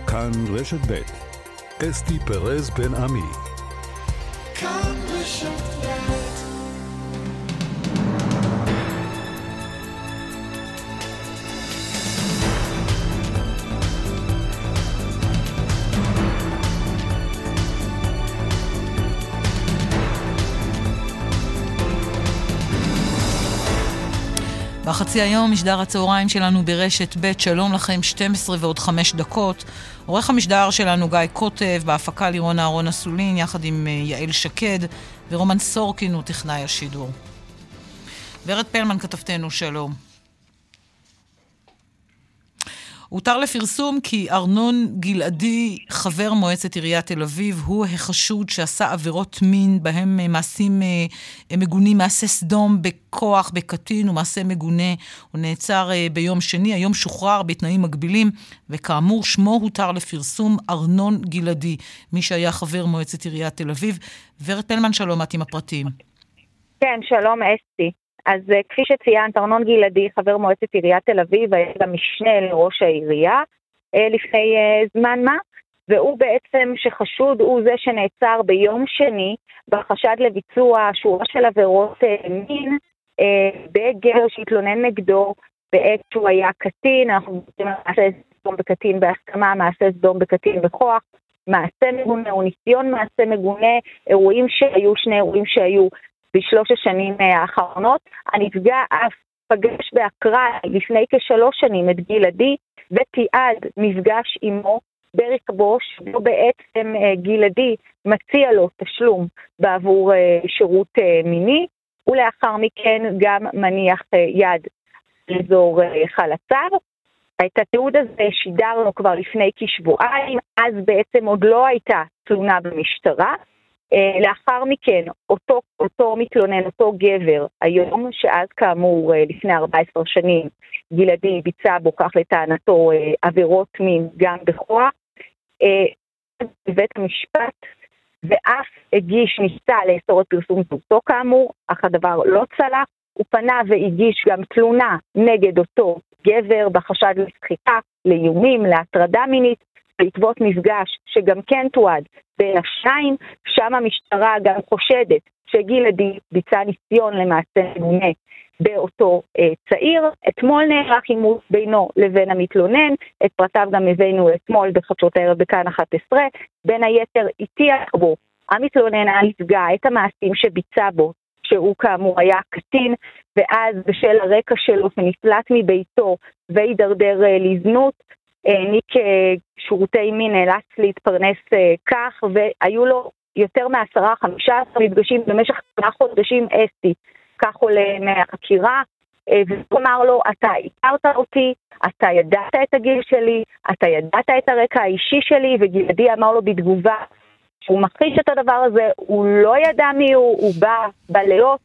כאן רשת ב' אסתי פרז בן עמי. כאן רשת ב'. בחצי היום משדר הצהריים שלנו ברשת ב'. שלום לכם, 12 ועוד 5 דקות. עורך המשדר שלנו גיא כותב, בהפקה לירון אהרון אסולין, יחד עם יעל שקד, ורומן סורקין הוא טכנאי השידור. ורד פלמן כתבתנו, שלום. הותר לפרסום כי ארנון גלעדי, חבר מועצת עיריית תל אביב, הוא החשוד שעשה עבירות מין בהם מעשים מגונים, מעשה סדום בכוח, בקטין ומעשה מגונה. הוא נעצר ביום שני, היום שוחרר בתנאים מגבילים, וכאמור שמו הותר לפרסום ארנון גלעדי, מי שהיה חבר מועצת עיריית תל אביב. ורד פלמן, שלום, את עם הפרטים. כן, שלום אסתי. אז כפי שציינת, ארנון גלעדי, חבר מועצת עיריית תל אביב, היה גם משנה לראש העירייה לפני זמן מה, והוא בעצם שחשוד, הוא זה שנעצר ביום שני בחשד לביצוע שורה של עבירות מין בגבר שהתלונן נגדו בעת שהוא היה קטין. אנחנו מדברים על מעשה סדום בקטין בהסכמה, מעשה סדום בקטין בכוח, מעשה מגונה או ניסיון מעשה מגונה, שני אירועים שהיו בשלוש השנים האחרונות. הנפגע אף פגש באקראי לפני כ3 שנים את גלעדי, ותיעד מפגש עמו ברכבו, שבו בעצם גלעדי מציע לו תשלום בעבור שירות מיני, ולאחר מכן גם מניח יד לאזור חלציו. את התיעוד הזה שידרנו כבר לפני כשבועיים, אז בעצם עוד לא הייתה תלונה במשטרה. לאחר מכן, אותו מתלונן, אותו גבר, היום, שאז כאמור לפני 14 שנים, גלעדי ביצע בו כך לטענתו עבירות מין גם בכוח, בבית המשפט, ואף ניסה לאסור את פרסום זהותו כאמור, אך הדבר לא צלח. הוא פנה והגיש גם תלונה נגד אותו גבר בחשד לסחיטה, לאיומים, להטרדה מינית, בעקבות מפגש שגם כן תועד בין השניים. שם המשטרה גם חושדת שגלעדי ביצע ניסיון למעשה מגונה באותו צעיר. אתמול נערך עימות בינו לבין המתלונן, את פרטיו גם הבאנו אתמול בחדשות הערב בכאן 11. בין היתר הטיח בו המתלונן הנפגע את המעשים שביצע בו, שהוא כאמור היה קטין, ואז בשל הרקע שלו שנפלט מביתו והידרדר לזנות, העניק שירותי מין, נאלץ להתפרנס כך, והיו לו יותר מ10-15 מפגשים במשך 10 חודשים אסתי, כך עולה מהחקירה, והוא אמר לו, אתה הכרת אותי, אתה ידעת את הגיל שלי, אתה ידעת את הרקע האישי שלי, וגלעדי אמר לו בתגובה, שהוא מכחיש את הדבר הזה, הוא לא ידע מי הוא בא בלילות,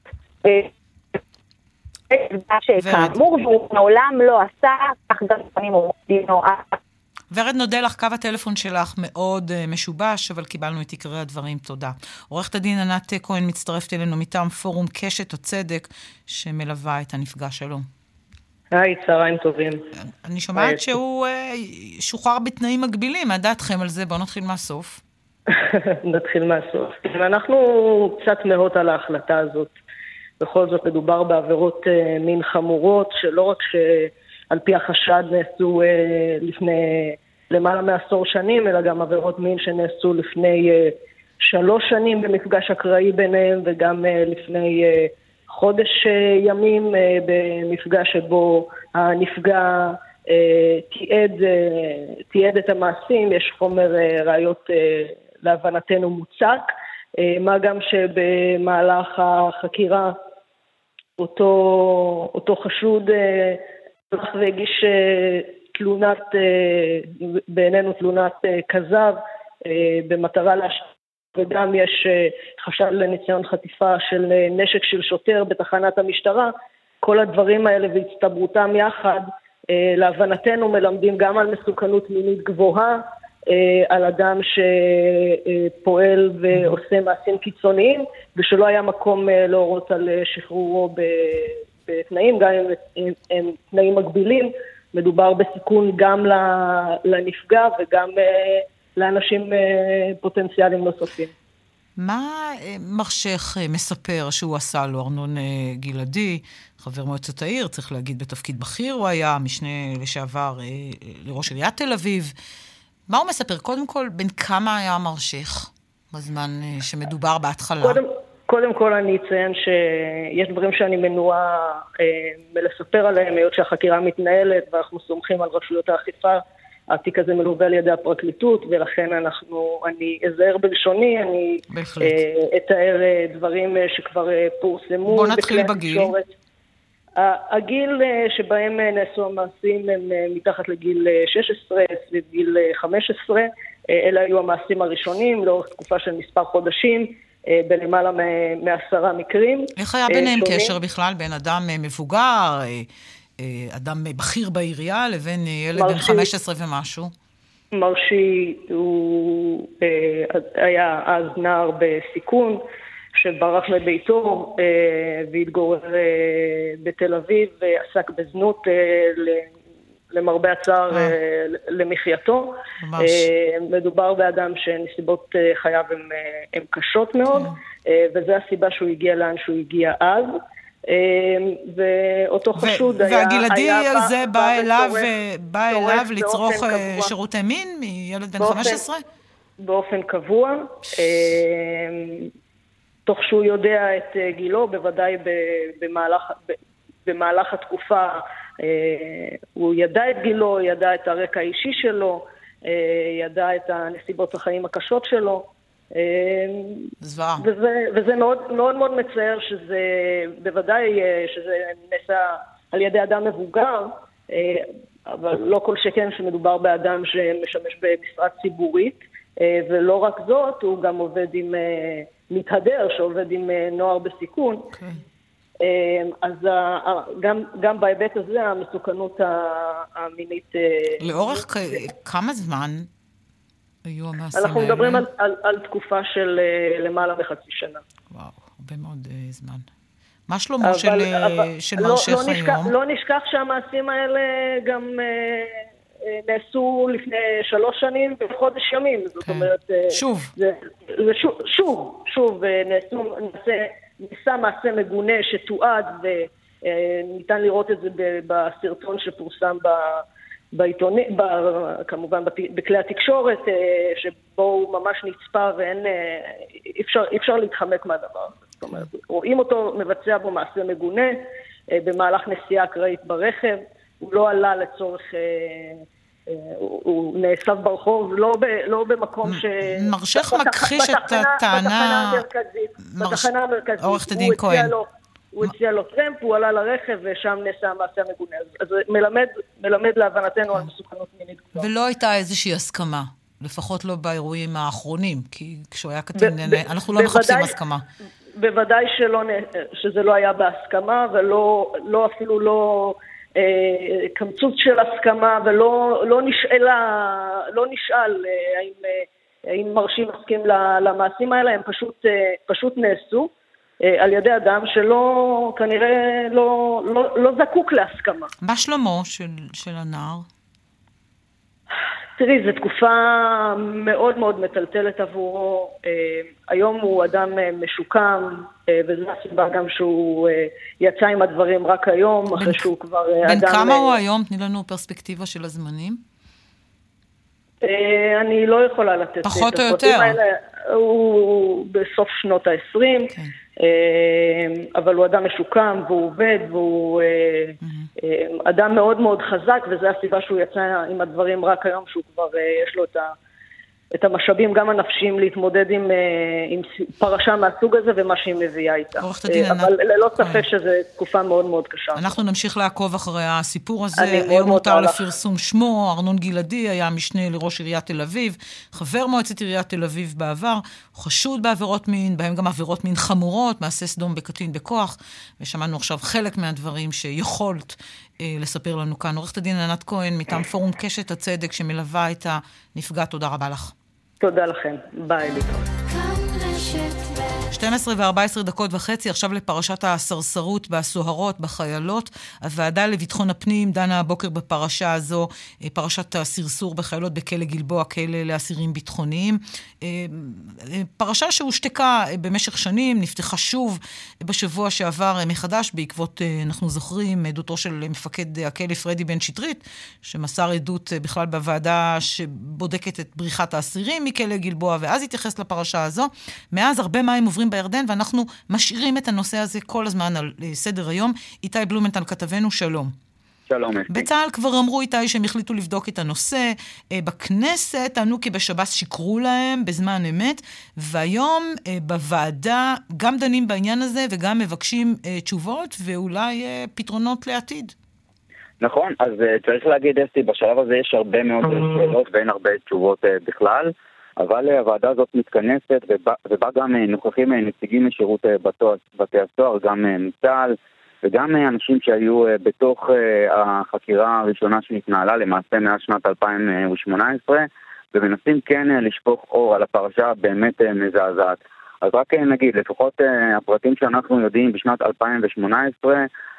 שכאמור, והוא מעולם לא עשה, כך גם לפעמים הוא דינו. ורד, נודה לך, קו הטלפון שלך מאוד משובש, אבל קיבלנו את עיקרי הדברים, תודה. עורכת הדין ענת כהן מצטרפת אלינו מטעם פורום קשת הצדק, שמלווה את הנפגע שלו. היי, צהריים טובים. אני שומעת שהוא שוחרר בתנאים מגבילים, מה דעתכם על זה? בואו נתחיל מהסוף. נתחיל מהסוף. אנחנו קצת מאות על ההחלטה הזאת. בכל זאת מדובר בעבירות מין חמורות, שלא רק שעל פי החשד נעשו לפני למעלה מ10 שנים, אלא גם עבירות מין שנעשו לפני 3 שנים במפגש אקראי ביניהם, וגם לפני חודש ימים במפגש שבו הנפגע תיעד את המעשים. יש חומר ראיות להבנתנו מוצק, מה גם שבמהלך החקירה אותו חשוד הלך והגיש תלונת, בעינינו תלונת כזב, במטרה וגם יש חשד לניסיון חטיפה של נשק של שוטר בתחנת המשטרה. כל הדברים האלה והצטברותם יחד, להבנתנו מלמדים גם על מסוכנות מינית גבוהה, על אדם שפועל ועושה מעשים קיצוניים, ושלא היה מקום להורות על שחרורו בתנאים, גם אם הם תנאים מגבילים, מדובר בסיכון גם לנפגע וגם לאנשים פוטנציאליים נוספים. מה מרשך מספר שהוא עשה לו, ארנון גלעדי, חבר מועצת העיר, צריך להגיד בתפקיד בכיר הוא היה, משנה לשעבר לראש עיריית תל אביב. מה הוא מספר? קודם כל, בין כמה היה מרשך בזמן שמדובר בהתחלה? קודם כל אני אציין שיש דברים שאני מנועה מלספר עליהם, היות שהחקירה מתנהלת ואנחנו סומכים על רשויות האכיפה, התיק הזה מלווה על ידי הפרקליטות, ולכן אני אזהר בלשוני, אני אתאר דברים שכבר פורסמו. בוא נתחיל בגיל. הגיל שבהם נעשו המעשים הם מתחת לגיל 16, סביב גיל 15, אלה היו המעשים הראשונים, לאורך תקופה של מספר חודשים, בלמעלה מ10 מקרים. איך היה ביניהם קשר בכלל, בין אדם מבוגר, אדם בכיר בעירייה, לבין ילד בן 15 ומשהו? מרשי הוא היה אז נער בסיכון, שברח מביתו והתגורר בתל אביב, ועסק בזנות למרבה הצער למחייתו. מדובר באדם שנסיבות חייו הן קשות מאוד, וזו הסיבה שהוא הגיע לאן שהוא הגיע אז. ואותו חשוד היה... והגלעדי הזה בא אליו לצרוך שירותי מין מילד בן 15? באופן קבוע. תוך שהוא יודע את גילו, בוודאי במהלך התקופה, הוא ידע את גילו, ידע את הרקע האישי שלו, ידע את הנסיבות החיים הקשות שלו. זוועה. וזה מאוד מאוד מאוד מצער שזה, בוודאי שזה נעשה על ידי אדם מבוגר, אבל לא כל שכן שמדובר באדם שמשמש במשרה ציבורית, ולא רק זאת, הוא גם עובד עם מתהדר, שעובד עם נוער בסיכון. אז גם בהיבט הזה המסוכנות המינית... לאורך כמה זמן היו המעשים האלה? אנחנו מדברים על תקופה של למעלה מחצי שנה. וואו, הרבה מאוד זמן. מה שלמה של מרשך היום? לא נשכח שהמעשים האלה גם נעשו לפני 3 שנים בחודש ימים. זאת אומרת... שוב נעשה מעשה מגונה שתועד, וניתן לראות את זה בסרטון שפורסם בעיתונים, כמובן בכלי התקשורת, שבו הוא ממש נצפה ואין, אפשר להתחמק מהדבר. זאת אומרת, רואים אותו מבצע בו מעשה מגונה, במהלך נסיעה אקראית ברכב, הוא לא עלה לצורך, הוא נאסף ברחוב, לא במקום ש... מרשך מכחיש את הטענה... בתחנה המרכזית. עורכת הדין כהן. הוא הציע לו טרמפ, הוא עלה לרכב ושם נעשה המעשה המגונה. אז מלמד להבנתנו על מסוכנות מינית גבוהה. ולא הייתה איזושהי הסכמה, לפחות לא באירועים האחרונים, כי כשהוא היה קטין, אנחנו לא מחפשים הסכמה. בוודאי שזה לא היה בהסכמה, ולא אפילו לא קמצוץ של הסכמה, ולא נשאל האם מרשים מסכים למעשים האלה, הם פשוט נעשו. על ידי אדם שלא, כנראה לא זקוק להסכמה. מה שלמה של הנער? תראי, זו תקופה מאוד מאוד מטלטלת עבורו. היום הוא אדם משוקם, וזו הסיבה גם שהוא יצא עם הדברים רק היום, אחרי שהוא כבר אדם... בן כמה הוא היום? תני לנו פרספקטיבה של הזמנים. אני לא יכולה לתת... פחות או יותר. הוא בסוף שנות ה-20. כן. אבל הוא אדם משוקם והוא עובד והוא אדם מאוד מאוד חזק, וזו הסיבה שהוא יצא עם הדברים רק היום, שהוא כבר יש לו את המשאבים גם הנפשיים להתמודד עם פרשה מהסוג הזה ומה שהיא מביאה איתה. אבל ללא ספק שזו תקופה מאוד מאוד קשה. אנחנו נמשיך לעקוב אחרי הסיפור הזה. היום הותר לפרסום שמו, ארנון גלעדי היה משנה לראש עיריית תל אביב, חבר מועצת עיריית תל אביב בעבר, חשוד בעבירות מין, בהם גם עבירות מין חמורות, מעשה סדום בקטין בכוח, ושמענו עכשיו חלק מהדברים שיכולת לספר לנו כאן. עורכת הדין ענת כהן, מטעם פורום קשת הצדק שמלווה את הנפגע, תודה רבה לך. תודה לכם, ביי. 12:14 עכשיו לפרשת הסרסרות בסוהרות, בחיילות. הוועדה לביטחון הפנים דנה הבוקר בפרשה הזו, פרשת הסרסור בחיילות בכלא גלבוע, כלא לאסירים ביטחוניים. פרשה שהושתקה במשך שנים, נפתחה שוב בשבוע שעבר מחדש, בעקבות, אנחנו זוכרים, עדותו של מפקד הכלא פרדי בן שטרית, שמסר עדות בכלל בוועדה שבודקת את בריחת האסירים מכלא גלבוע, ואז התייחס לפרשה הזו. מאז הרבה מים עוברים בירדן, ואנחנו משאירים את הנושא הזה כל הזמן על סדר היום. איתי בלומנטל כתבנו, שלום. שלום. בצה"ל כבר אמרו איתי שהם החליטו לבדוק את הנושא. בכנסת טענו כי בשב"ס שיקרו להם בזמן אמת, והיום בוועדה גם דנים בעניין הזה וגם מבקשים תשובות ואולי פתרונות לעתיד. נכון, אז צריך להגיד, אסתי, בשלב הזה יש הרבה מאוד שאלות ואין הרבה תשובות בכלל, אבל הוועדה הזאת מתכנסת ובה גם נוכחים נציגים משירות בתי הסוהר, גם מצה"ל, וגם אנשים שהיו בתוך החקירה הראשונה שהתנהלה למעשה מאז שנת 2018, ומנסים כן לשפוך אור על הפרשה באמת מזעזעת. אז רק נגיד, לפחות הפרטים שאנחנו יודעים, בשנת 2018,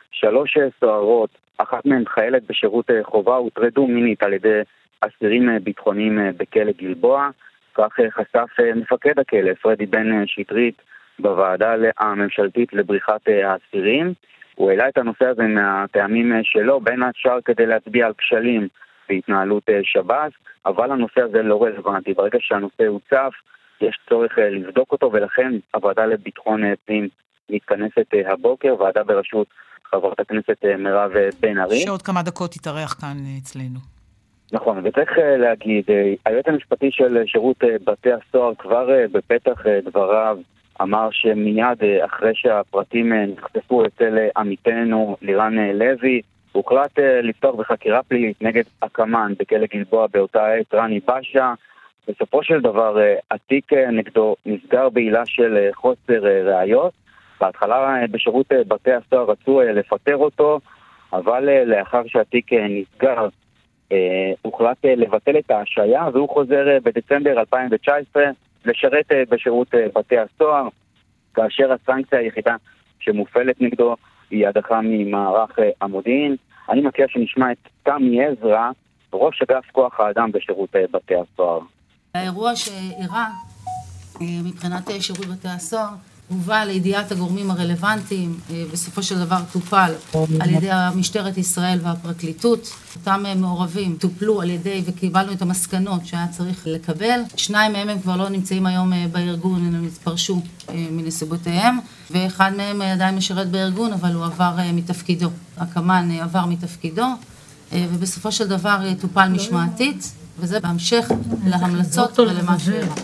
3 סוהרות, אחת מהן חיילת בשירות חובה, הוטרדו מינית על ידי אסירים ביטחוניים בכלא גלבוע. כך חשף מפקד הכלא, פרדי בן שטרית, בוועדה הממשלתית לבריחת האסירים. הוא העלה את הנושא הזה מהטעמים שלו, בין השאר כדי להצביע על כשלים בהתנהלות שב"ס, אבל הנושא הזה לא רלוונטי. ברגע שהנושא הוצף, יש צורך לבדוק אותו, ולכן הוועדה לביטחון פנים מתכנסת הבוקר, ועדה בראשות חברת הכנסת מירב בן ארי. שעוד כמה דקות תתארח כאן אצלנו. נכון, וצריך להגיד, היועץ המשפטי של שירות בתי הסוהר כבר בפתח דבריו אמר שמיד אחרי שהפרטים נחשפו אצל עמיתנו לירן לוי, הוחלט לפתוח בחקירה פלילית נגד הקמן בכלא גלבוע באותה עת, רני בשע. בסופו של דבר התיק נגדו נסגר בעילה של חוסר ראיות. בהתחלה בשירות בתי הסוהר רצו לפטר אותו, אבל לאחר שהתיק נסגר הוחלט לבטל את ההשעיה, והוא חוזר בדצמבר 2019 לשרת בשירות בתי הסוהר, כאשר הסנקציה היחידה שמופעלת נגדו היא הדחה ממערך המודיעין. אני מציע שנשמע את תמי עזרא, ראש אגף כוח האדם בשירות בתי הסוהר. האירוע שאירע מבחינת שירות בתי הסוהר הובא לידיעת הגורמים הרלוונטיים, בסופו של דבר טופל על ידי משטרת ישראל והפרקליטות. אותם מעורבים טופלו על ידי וקיבלנו את המסקנות שהיה צריך לקבל. 2 מהם הם כבר לא נמצאים היום בארגון, הם התפרשו מנסיבותיהם, ואחד מהם עדיין משרת בארגון, אבל הוא עבר מתפקידו. הקמן עבר מתפקידו, ובסופו של דבר טופל משמעתית, וזה בהמשך להמלצות ולמה שאירע.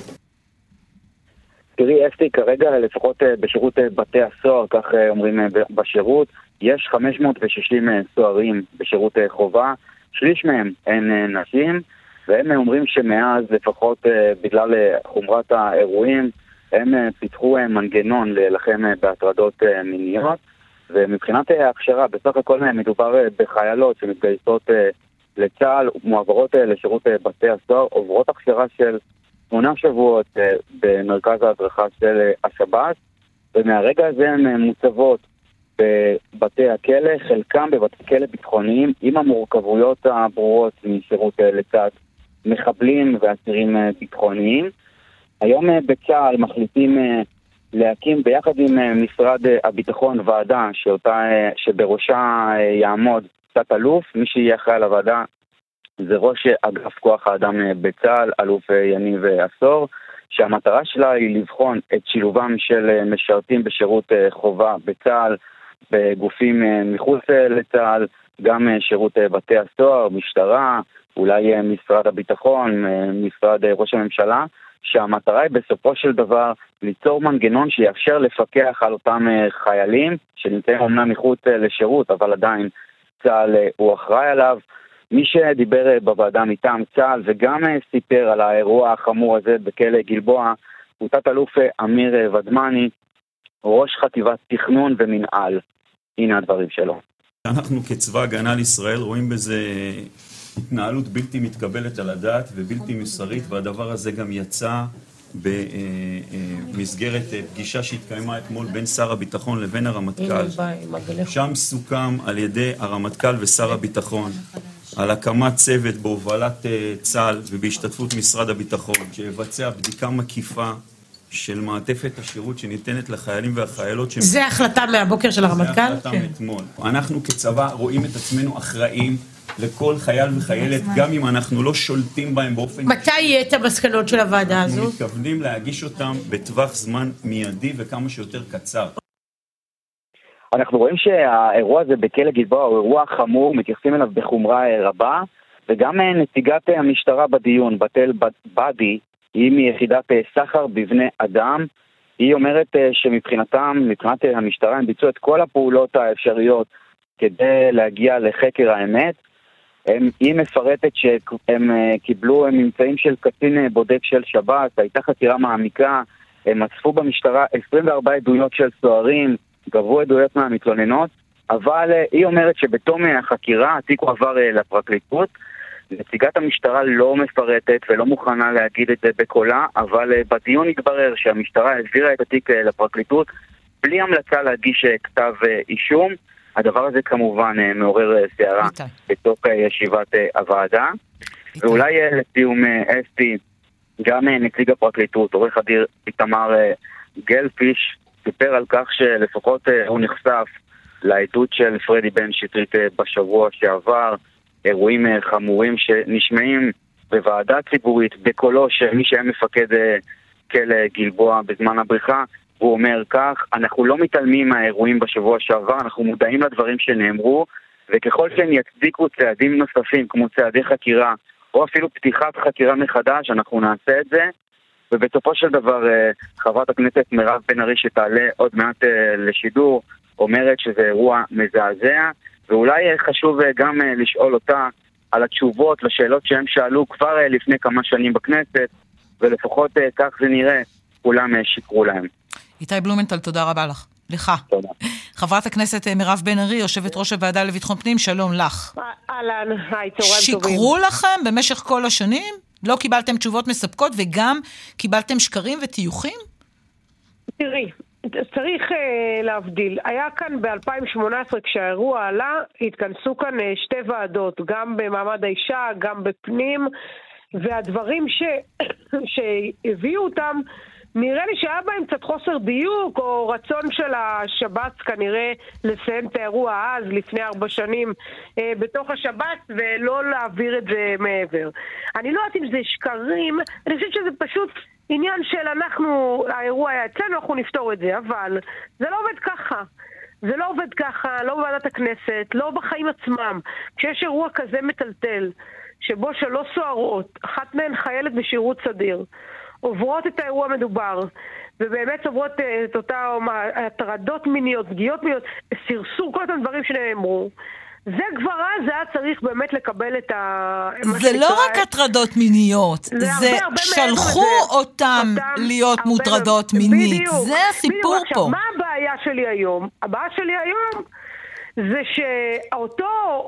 תראי, אסתי, כרגע לפחות בשירות בתי הסוהר, כך אומרים בשירות, יש 560 סוהרים בשירות חובה, שליש מהם הן נשים, והם אומרים שמאז לפחות בגלל חומרת האירועים, הם פיתחו מנגנון להילחם בהטרדות מיניות, ומבחינת ההכשרה, בסך הכל מדובר בחיילות שמתגייסות לצה"ל, מועברות לשירות בתי הסוהר, עוברות הכשרה של 8 שבועות במרכז ההדרכה של השב"ס, ומהרגע הזה הן מוצבות בבתי הכלא, חלקם בבתי כלא ביטחוניים, עם המורכבויות הברורות משירות לצד מחבלים ואסירים ביטחוניים. היום בצה"ל מחליטים להקים ביחד עם משרד הביטחון ועדה שבראשה יעמוד תת אלוף, מי שיהיה אחראי על הוועדה זה ראש אגף כוח האדם בצה"ל, אלוף יניב עשור, שהמטרה שלה היא לבחון את שילובם של משרתים בשירות חובה בצה"ל, בגופים מחוץ לצה"ל, גם שירות בתי הסוהר, משטרה, אולי משרד הביטחון, משרד ראש הממשלה, שהמטרה היא בסופו של דבר ליצור מנגנון שיאפשר לפקח על אותם חיילים שנמצאים אומנם מחוץ לשירות, אבל עדיין צה"ל הוא אחראי עליו. מי שדיבר בוועדה מטעם צה"ל וגם סיפר על האירוע החמור הזה בכלא גלבוע הוא תת אלוף אמיר ודמני, ראש חטיבת תכנון ומנהל. הנה הדברים שלו. אנחנו כצבא הגנה לישראל רואים בזה התנהלות בלתי מתקבלת על הדעת ובלתי מוסרית, והדבר הזה גם יצא במסגרת פגישה שהתקיימה אתמול בין שר הביטחון לבין הרמטכ"ל. שם סוכם על ידי הרמטכ"ל ושר הביטחון על הקמת צוות בהובלת צה"ל ובהשתתפות משרד הביטחון, שיבצע בדיקה מקיפה של מעטפת השירות שניתנת לחיילים והחיילות. זה החלטה מהבוקר של הרמטכ"ל? זה החלטה מאתמול. אנחנו כצבא רואים את עצמנו אחראים לכל חייל וחיילת, גם אם אנחנו לא שולטים בהם באופן... מתי יהיה את המסקנות של הוועדה הזו? אנחנו מתכוונים להגיש אותם בטווח זמן מיידי וכמה שיותר קצר. אנחנו רואים שהאירוע הזה בכלא גלבוע הוא אירוע חמור, מתייחסים אליו בחומרה רבה, וגם נציגת המשטרה בדיון, בתל בדי, היא מיחידת סחר בבני אדם. היא אומרת שמבחינת המשטרה הם ביצעו את כל הפעולות האפשריות כדי להגיע לחקר האמת. היא מפרטת שהם קיבלו ממצאים של קצין בודק של שב"ס, הייתה חקירה מעמיקה, הם אספו במשטרה 24 עדויות של סוהרים, גבו עדויות מהמתלוננות, אבל היא אומרת שבתום החקירה התיק עבר לפרקליטות. נציגת המשטרה לא מפרטת ולא מוכנה להגיד את זה בקולה, אבל בדיון התברר שהמשטרה העבירה את התיק לפרקליטות בלי המלצה להגיש כתב אישום. הדבר הזה כמובן מעורר סערה בתוך ישיבת הוועדה. ואולי לסיום אסתי, גם נציג הפרקליטות, עורך הדין איתמר גלפיש, סיפר על כך שלפחות הוא נחשף לעדות של פרדי בן שטרית בשבוע שעבר, אירועים חמורים שנשמעים בוועדה ציבורית בקולו של מי שהיה מפקד כלא גלבוע בזמן הבריחה. הוא אומר כך: אנחנו לא מתעלמים מהאירועים בשבוע שעבר, אנחנו מודעים לדברים שנאמרו, וככל שהם יצדיקו צעדים נוספים כמו צעדי חקירה או אפילו פתיחת חקירה מחדש, אנחנו נעשה את זה. ובסופו של דבר חברת הכנסת מירב בן ארי שתעלה עוד מעט לשידור אומרת שזה אירוע מזעזע, ואולי חשוב גם לשאול אותה על התשובות לשאלות שהם שאלו כבר לפני כמה שנים בכנסת, ולפחות כך זה נראה, כולם שיקרו להם. איתי בלומנטל, תודה רבה לך. תודה. חברת הכנסת מירב בן ארי, יושבת ראש הוועדה לביטחון פנים, שלום לך. אהלן, היי, צהריים טובים. שיקרו לכם במשך כל השנים? לא קיבלתם תשובות מספקות וגם קיבלתם שקרים וטיוחים? תראי, צריך להבדיל. היה כאן ב-2018 כשהאירוע עלה, התכנסו כאן שתי ועדות, גם במעמד האישה, גם בפנים, והדברים שהביאו אותם, נראה לי שהיה בהם קצת חוסר דיוק או רצון של השב"ס כנראה לסיים את האירוע אז לפני 4 שנים בתוך השב"ס ולא להעביר את זה מעבר. אני לא יודעת אם זה שקרים, אני חושבת שזה פשוט עניין של האירוע היה אצלנו, אנחנו נפתור את זה, אבל זה לא עובד ככה. זה לא עובד ככה, לא בוועדת הכנסת, לא בחיים עצמם. כשיש אירוע כזה מטלטל, שבו 3 סוהרות, אחת מהן חיילת בשירות סדיר, עוברות את האירוע מדובר, ובאמת עוברות את אותה הטרדות מיניות, פגיעות מיניות, סרסור, כל אותם דברים שנאמרו. זה כבר אז היה צריך באמת לקבל את זה לא רק הטרדות מיניות, זה שלחו אותם להיות מוטרדות מינית. זה הסיפור פה. עכשיו, מה הבעיה שלי היום? הבעיה שלי היום זה שאותו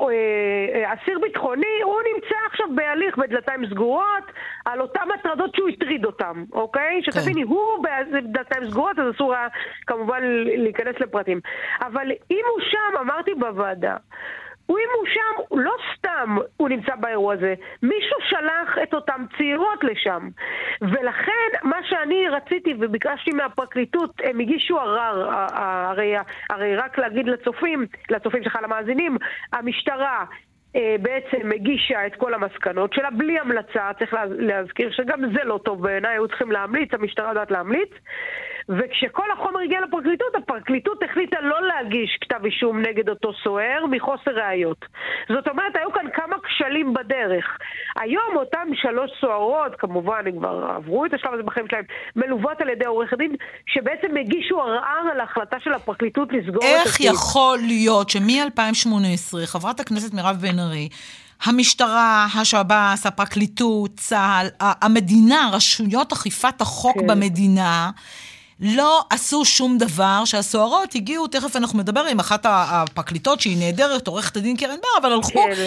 אסיר ביטחוני, הוא נמצא עכשיו בהליך בדלתיים סגורות על אותם הטרדות שהוא הטריד אותם, אוקיי? שתביני, הוא בדלתיים סגורות, אז אסור כמובן להיכנס לפרטים. אבל אם הוא שם, אמרתי בוועדה, אם הוא שם, לא סתם הוא נמצא באירוע הזה, מישהו שלח את אותם צעירות לשם. ולכן מה שאני רציתי וביקשתי מהפרקליטות, הם הגישו ערר, הרי רק להגיד לצופים שלך למאזינים, המשטרה בעצם הגישה את כל המסקנות שלה בלי המלצה, צריך להזכיר שגם זה לא טוב בעיניי, היו צריכים להמליץ, המשטרה יודעת להמליץ, וכשכל החומר הגיע לפרקליטות, הפרקליטות החליטה לא להגיש כתב אישום נגד אותו סוהר מחוסר ראיות. זאת אומרת, היו כאן כמה כשלים בדרך. היום אותם 3 סוהרות, כמובן, הם כבר עברו את השלב הזה בחיים שלהם, מלוות על ידי עורך הדין, שבעצם הגישו ערער על ההחלטה של הפרקליטות לסגור את התיק. איך יכול להיות שמ-2018 חברת הכנסת מירב בן ארי, המשטרה, השב"ס, הפרקליטות, צה"ל, המדינה, רשויות אכיפת החוק במדינה, לא עשו שום דבר, שהסוהרות הגיעו, תכף אנחנו מדבר עם אחת הפרקליטות שהיא נהדרת, עורכת הדין קרן בר, אבל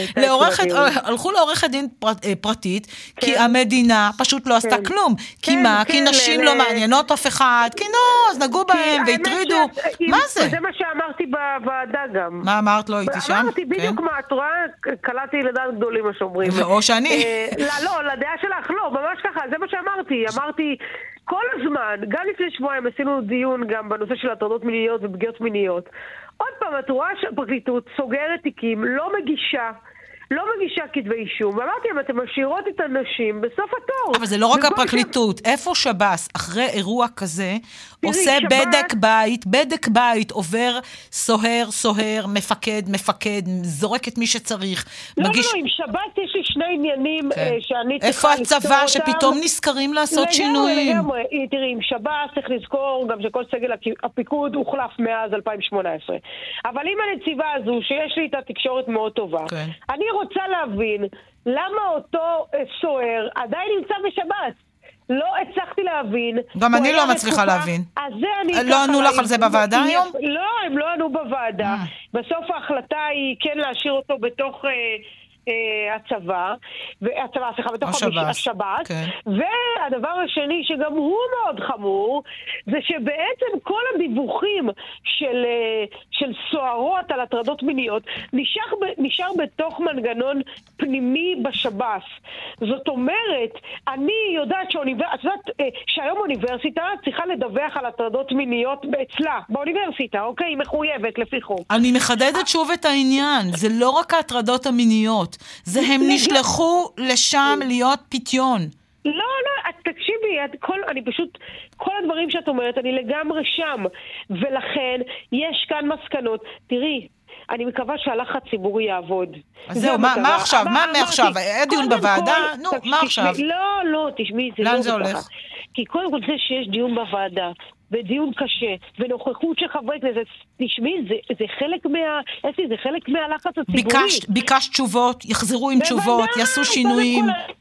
הלכו לעורכת דין פרטית, כי המדינה פשוט לא עשתה כלום. כי מה? כי נשים לא מעניינות אף אחד, כי נו, אז נגעו בהם והטרידו. מה זה? זה מה שאמרתי בוועדה גם. מה אמרת? לא הייתי שם? אמרתי בדיוק מה, את רואה, קלעתי לדעת גדולים מה שאומרים. או שאני. לא, לדעה שלך, לא, ממש ככה, זה מה שאמרתי. אמרתי, כל הזמן, גם לפני שבועיים עשינו דיון גם בנושא של הטרדות מיניות ופגיעות מיניות. עוד פעם, את רואה שהפרקליטות סוגרת תיקים, לא מגישה כתבי אישום. ואמרתי, אם אתם משאירות את הנשים בסוף התור. אבל זה לא רק הפרקליטות. איפה שב"ס, אחרי אירוע כזה, עושה בדק בית, עובר סוהר, מפקד, זורק את מי שצריך. לא, עם שב"ס יש לי שני עניינים שאני צריכה לפתור אותם. איפה הצבא שפתאום נזכרים לעשות שינויים? תראי, עם שב"ס צריך לזכור גם שכל סגל הפיקוד הוחלף מאז 2018. אבל עם הנציבה הזו, שיש לי את התקשורת מאוד טובה, אני רוצה להבין למה אותו סוהר עדיין נמצא בשב"ס. לא הצלחתי להבין. גם אני לא מצליחה להבין. לא ענו לך על זה בוועדה היום? לא, הם לא ענו בוועדה. בסוף ההחלטה היא כן להשאיר אותו בתוך הצבא, בתוך השב"ס. והדבר השני שגם הוא מאוד חמור, זה שבעצם כל הדיווחים של סוהרות על הטרדות מיניות נשאר בתוך מנגנון פנימי בשב"ס. זאת אומרת, אני יודעת שהיום אוניברסיטה צריכה לדווח על הטרדות מיניות אצלה, באוניברסיטה, אוקיי? היא מחויבת לפי חוק. אני מחדדת שוב את העניין, זה לא רק ההטרדות המיניות, זה הם נשלחו לשם להיות פתיון. לא, תקשיבי, כל הדברים שאת אומרת, אני לגמרי שם, ולכן יש כאן מסקנות. תראי, אני מקווה שהלחץ ציבורי יעבוד. אז זהו, מה עכשיו? מה מעכשיו? היה דיון בוועדה? נו, מה עכשיו? לא, תשמעי, לאן זה הולך? כי קודם כל זה שיש דיון בוועדה, ודיון קשה, ונוכחות של חברי כנסת, תשמעי, זה חלק מהלחץ הציבורי. ביקשת תשובות, יחזרו עם תשובות, יעשו שינויים.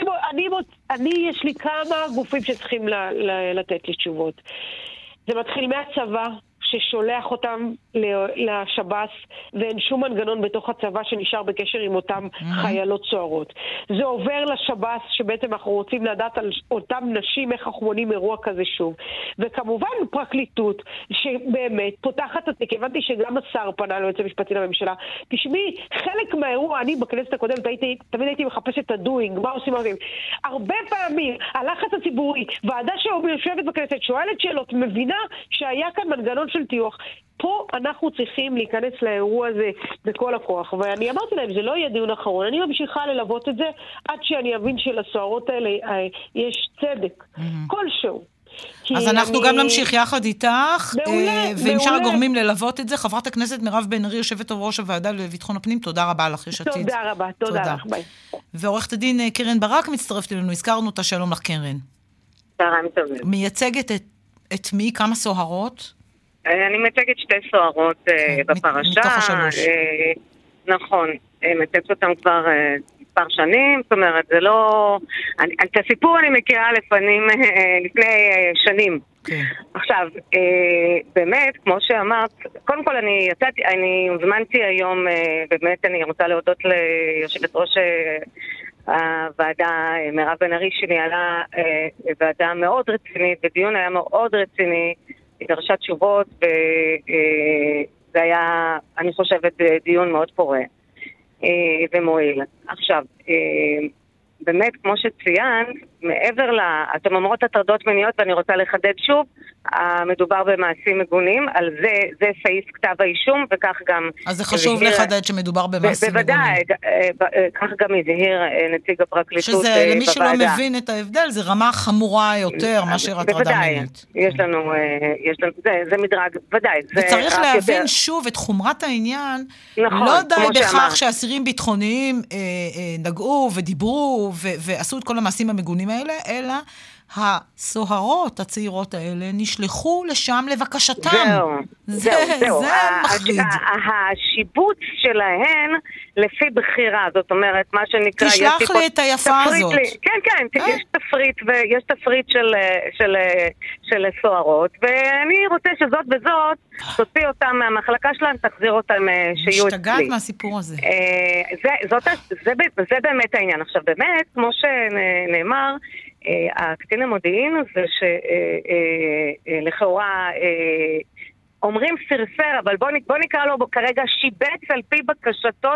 יש לי כמה גופים שצריכים לתת לי תשובות. זה מתחיל מהצבא, ששולח אותם לשב"ס, ואין שום מנגנון בתוך הצבא שנשאר בקשר עם אותם חיילות סוהרות. זה עובר לשב"ס, שבעצם אנחנו רוצים לדעת על אותם נשים, איך אנחנו מונים אירוע כזה שוב. וכמובן פרקליטות, שבאמת פותחת את התיק. הבנתי שגם השר פנה ליועץ המשפטי לממשלה. תשמעי, חלק מהאירוע, אני בכנסת הקודמת, תמיד הייתי מחפשת את הדוינג, מה עושים עושים. הרבה פעמים, הלחץ הציבורי, ועדה שיושבת בכנסת, שואלת שאלות, מבינה שהיה כאן מנגנון של טיוח. פה אנחנו צריכים להיכנס לאירוע הזה בכל הכוח, ואני אמרתי להם, זה לא יהיה דיון אחרון, אני ממשיכה ללוות את זה, עד שאני אבין שלסוהרות האלה יש צדק, כלשהו. אז אנחנו גם נמשיך יחד איתך, ועם שאר הגורמים ללוות את זה. חברת הכנסת מירב בן ארי, יושבת ראש הוועדה לביטחון הפנים, תודה רבה לך, יש עתיד. תודה רבה, תודה לך, ביי. ועורכת הדין קרן ברק מצטרפת אלינו, הזכרנו אותה, שלום לך קרן. צהריים טובים. מייצגת את מי? כמה סוהרות? אני מייצגת 2 סוהרות בפרשה. מתוך 3. נכון, מייצגת אותם כבר מספר שנים, זאת אומרת, זה לא... את הסיפור אני מכירה לפני שנים. עכשיו, באמת, כמו שאמרת, קודם כל אני הוזמנתי היום, באמת אני רוצה להודות ליושבת ראש הוועדה מירב בן ארי, שניהלה ועדה מאוד רצינית, ודיון היה מאוד רציני, היא דרשה תשובות, וזה היה, אני חושבת, דיון מאוד פורה ומועיל. עכשיו, באמת, כמו שציין, מעבר אתם אומרות הטרדות מיניות, ואני רוצה לחדד שוב, מדובר במעשים מגונים, על זה סעיף כתב האישום, וכך גם... אז זה חשוב לחדד שמדובר במעשים מגונים. בוודאי, כך גם הזהיר נציג הפרקליטות בוועדה. שזה, למי שלא מבין את ההבדל, זה רמה חמורה יותר מאשר הטרדה מינית. יש לנו, זה מדרג, ודאי. וצריך להבין שוב את חומרת העניין, לא די בכך שאסירים ביטחוניים נגעו ודיברו ועשו את כל המעשים המגונים האלה, אלא הסוהרות הצעירות האלה נשלחו לשם לבקשתם. זהו. זה מחריד. השיבוץ שלהן לפי בחירה, זאת אומרת, מה שנקרא... תשלח לי את היפה הזאת. כן, יש תפריט של סוהרות, ואני רוצה שזאת וזאת תוציא אותם מהמחלקה שלהם, תחזיר אותם שיהיו אצלי. משתגעת מהסיפור הזה. זה באמת העניין. עכשיו באמת, כמו שנאמר, הקצין המודיעין זה שלכאורה אומרים סרסר, אבל בוא נקרא לו כרגע שיבץ על פי בקשתו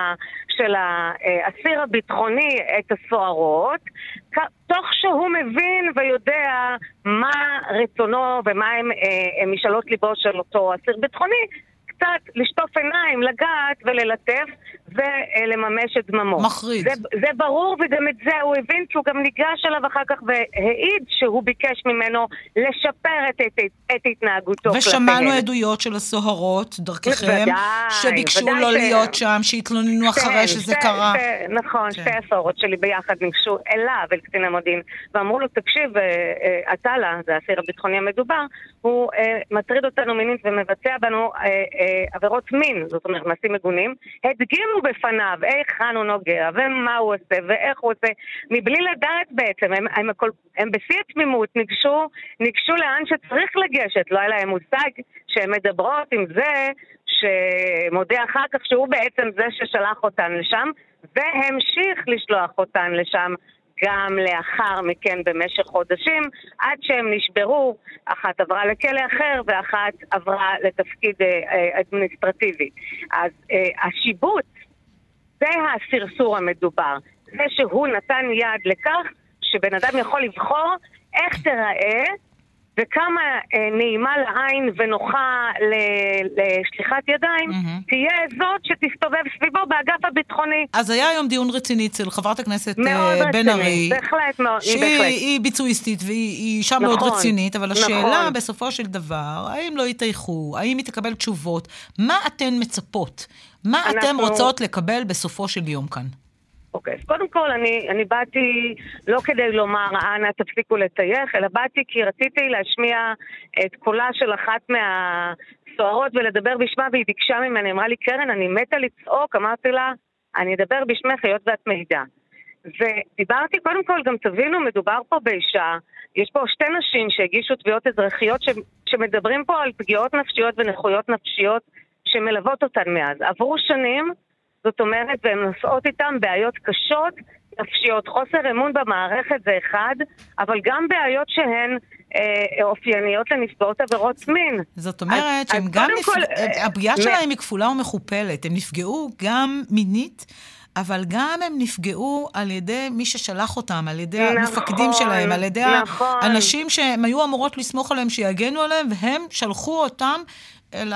של האסיר הביטחוני את הסוהרות, תוך שהוא מבין ויודע מה רצונו ומה הם משאלות ליבו של אותו אסיר ביטחוני, קצת לשטוף עיניים, לגעת וללטף ולממש את זממו. מחריד. זה ברור, וגם את זה הוא הבין, שהוא גם ניגש אליו אחר כך והעיד שהוא ביקש ממנו לשפר את התנהגותו. ושמענו עדויות של הסוהרות, דרככם, שביקשו לא להיות שם, שהתלוננו אחרי שזה קרה. נכון, שתי הסוהרות שלי ביחד ניגשו אליו, אל קצין המודיעין, ואמרו לו, תקשיב, עטאלה, זה האסיר הביטחוני המדובר, הוא מטריד אותנו מינית ומבצע בנו עבירות מין, זאת אומרת, מעשים מגונים, הדגימו בפניו היכן הוא נוגע, ומה הוא עושה, ואיך הוא עושה, מבלי לדעת בעצם, הם בשיא התמימות, ניגשו לאן שצריך לגשת, לא היה להם מושג שהן מדברות עם זה, שמודה אחר כך שהוא בעצם זה ששלח אותן לשם, והמשיך לשלוח אותן לשם, גם לאחר מכן במשך חודשים, עד שהם נשברו, אחת עברה לכלא אחר ואחת עברה לתפקיד אדמיניסטרטיבי. אז השיבוץ, זה הסרסור המדובר. זה שהוא נתן יד לכך שבן אדם יכול לבחור איך תראה וכמה נעימה לעין ונוחה לשליחת ידיים, תהיה זאת שתסתובב סביבו באגף הביטחוני. אז היה היום דיון רציני אצל חברת הכנסת בן ארי, שהיא ביצועיסטית והיא אישה מאוד רצינית, אבל השאלה בסופו של דבר, האם לא יתייחו, האם היא תקבל תשובות, מה אתן מצפות? מה אתן רוצות לקבל בסופו של יום כאן? אוקיי, אז קודם כל אני באתי לא כדי לומר אנא תפסיקו לטייח, אלא באתי כי רציתי להשמיע את קולה של אחת מהסוהרות ולדבר בשמה, והיא ביקשה ממני, אמרה לי, קרן, אני מתה לצעוק, אמרתי לה, אני אדבר בשמך היות ואת מידע. ודיברתי, קודם כל גם תבינו, מדובר פה באישה, יש פה שתי נשים שהגישו תביעות אזרחיות שמדברים פה על פגיעות נפשיות ונכויות נפשיות שמלוות אותן מאז. עברו שנים, זאת אומרת, והן נושאות איתן בעיות קשות, נפשיות, חוסר אמון במערכת זה אחד, אבל גם בעיות שהן אופייניות לנפגעות עבירות מין. זאת אומרת שהם גם הפגיעה שלהם היא כפולה ומכופלת, הם נפגעו גם מינית, אבל גם הם נפגעו על ידי מי ששלח אותם, על ידי המפקדים שלהם, על ידי האנשים שהם היו אמורות לסמוך עליהם, שיגנו עליהם, והם שלחו אותם אל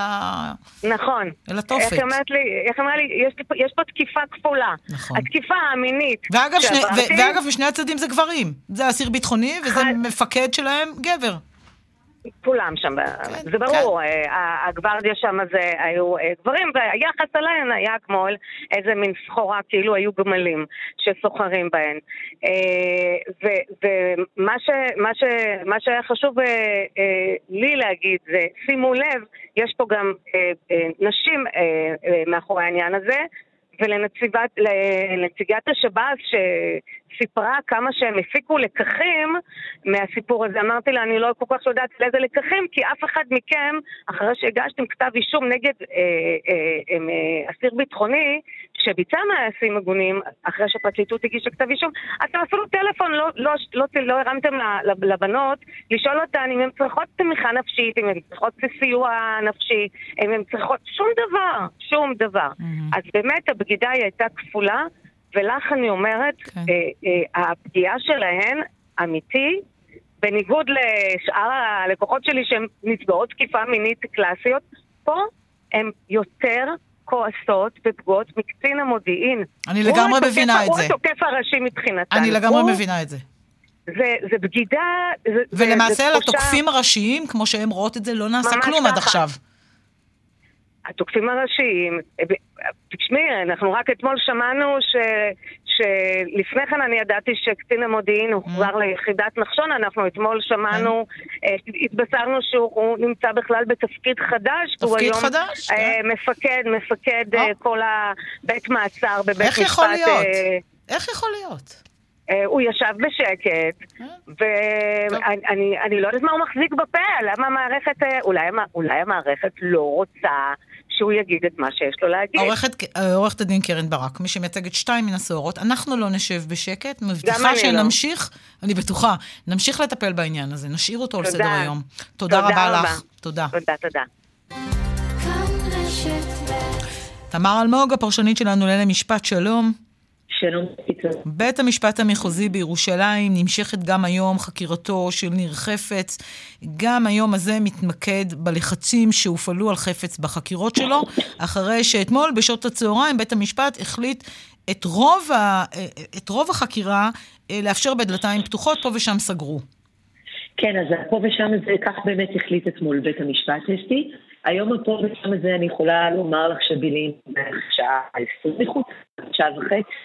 התופת. איך אמרה לי, יש פה תקיפה כפולה. נכון. התקיפה המינית. ואגב, משני הצדדים זה גברים. זה אסיר ביטחוני, וזה מפקד שלהם גבר. כולם שם, זה ברור, הגוורדיה שם זה היו גברים, והיחס עליהן היה כמו איזה מין סחורה, כאילו היו גמלים שסוחרים בהן. ומה שהיה חשוב לי להגיד זה, שימו לב, יש פה גם נשים מאחורי העניין הזה, ולנציגת השב"ס שסיפרה כמה שהם הפיקו לקחים מהסיפור הזה, אמרתי לה, אני לא כל כך יודעת לאיזה לקחים, כי אף אחד מכם, אחרי שהגשתם כתב אישום נגד אסיר ביטחוני, שביצע מעשים מגונים, אחרי שהפרקליטות הגישה כתב אישום, אתם אפילו טלפון לא הרמתם לבנות, לשאול אותן אם הן צריכות תמיכה נפשית, אם הן צריכות סיוע נפשי, אם הן צריכות שום דבר. אז באמת הבגידה היא הייתה כפולה, ולך אני אומרת, הפגיעה שלהן אמיתי, בניגוד לשאר הלקוחות שלי שהן נפגעות תקיפה מינית קלאסיות, פה הן יותר כועסות ופגועות מקצין המודיעין. אני לגמרי מבינה את זה. הוא התוקף הראשי מבחינתן. אני לגמרי מבינה את זה. זה בגידה... ולמעשה לתוקפים הראשיים, כמו שהם רואות את זה, לא נעשה כלום עד עכשיו. התוקפים הראשיים, תשמעי, אנחנו רק אתמול שמענו שלפני כן אני ידעתי שקצין המודיעין הוא חזר ליחידת נחשון, אנחנו אתמול שמענו, התבשרנו שהוא נמצא בכלל בתפקיד חדש, תפקיד חדש? מפקד כל הבית מעצר בבית משפט. איך יכול להיות? הוא ישב בשקט, ואני לא יודעת מה הוא מחזיק בפה, למה המערכת, אולי המערכת לא רוצה שהוא יגיד את מה שיש לו להגיד. עורכת הדין קרן ברק, מי שמייצגת 2 מן הסוהרות, אנחנו לא נשב בשקט, מבטיחה שנמשיך, אני בטוחה, נמשיך לטפל בעניין הזה, נשאיר אותו על סדר היום. תודה רבה לך. תודה. תודה. תמר אלמוג, הפרשנית שלנו למשפט, שלום. שלום. בית המשפט המחוזי בירושלים נמשכת גם היום חקירתו של ניר חפץ. גם היום הזה מתמקד בלחצים שהופעלו על חפץ בחקירות שלו, אחרי שאתמול בשעות הצהריים בית המשפט החליט את רוב החקירה לאפשר בדלתיים פתוחות, פה ושם סגרו. כן, אז פה ושם זה כך באמת החליט אתמול בית המשפט, אסתי. היום פה ושם הזה אני יכולה לומר לך שבילים שעה 20 מחוץ, שעה וחצי.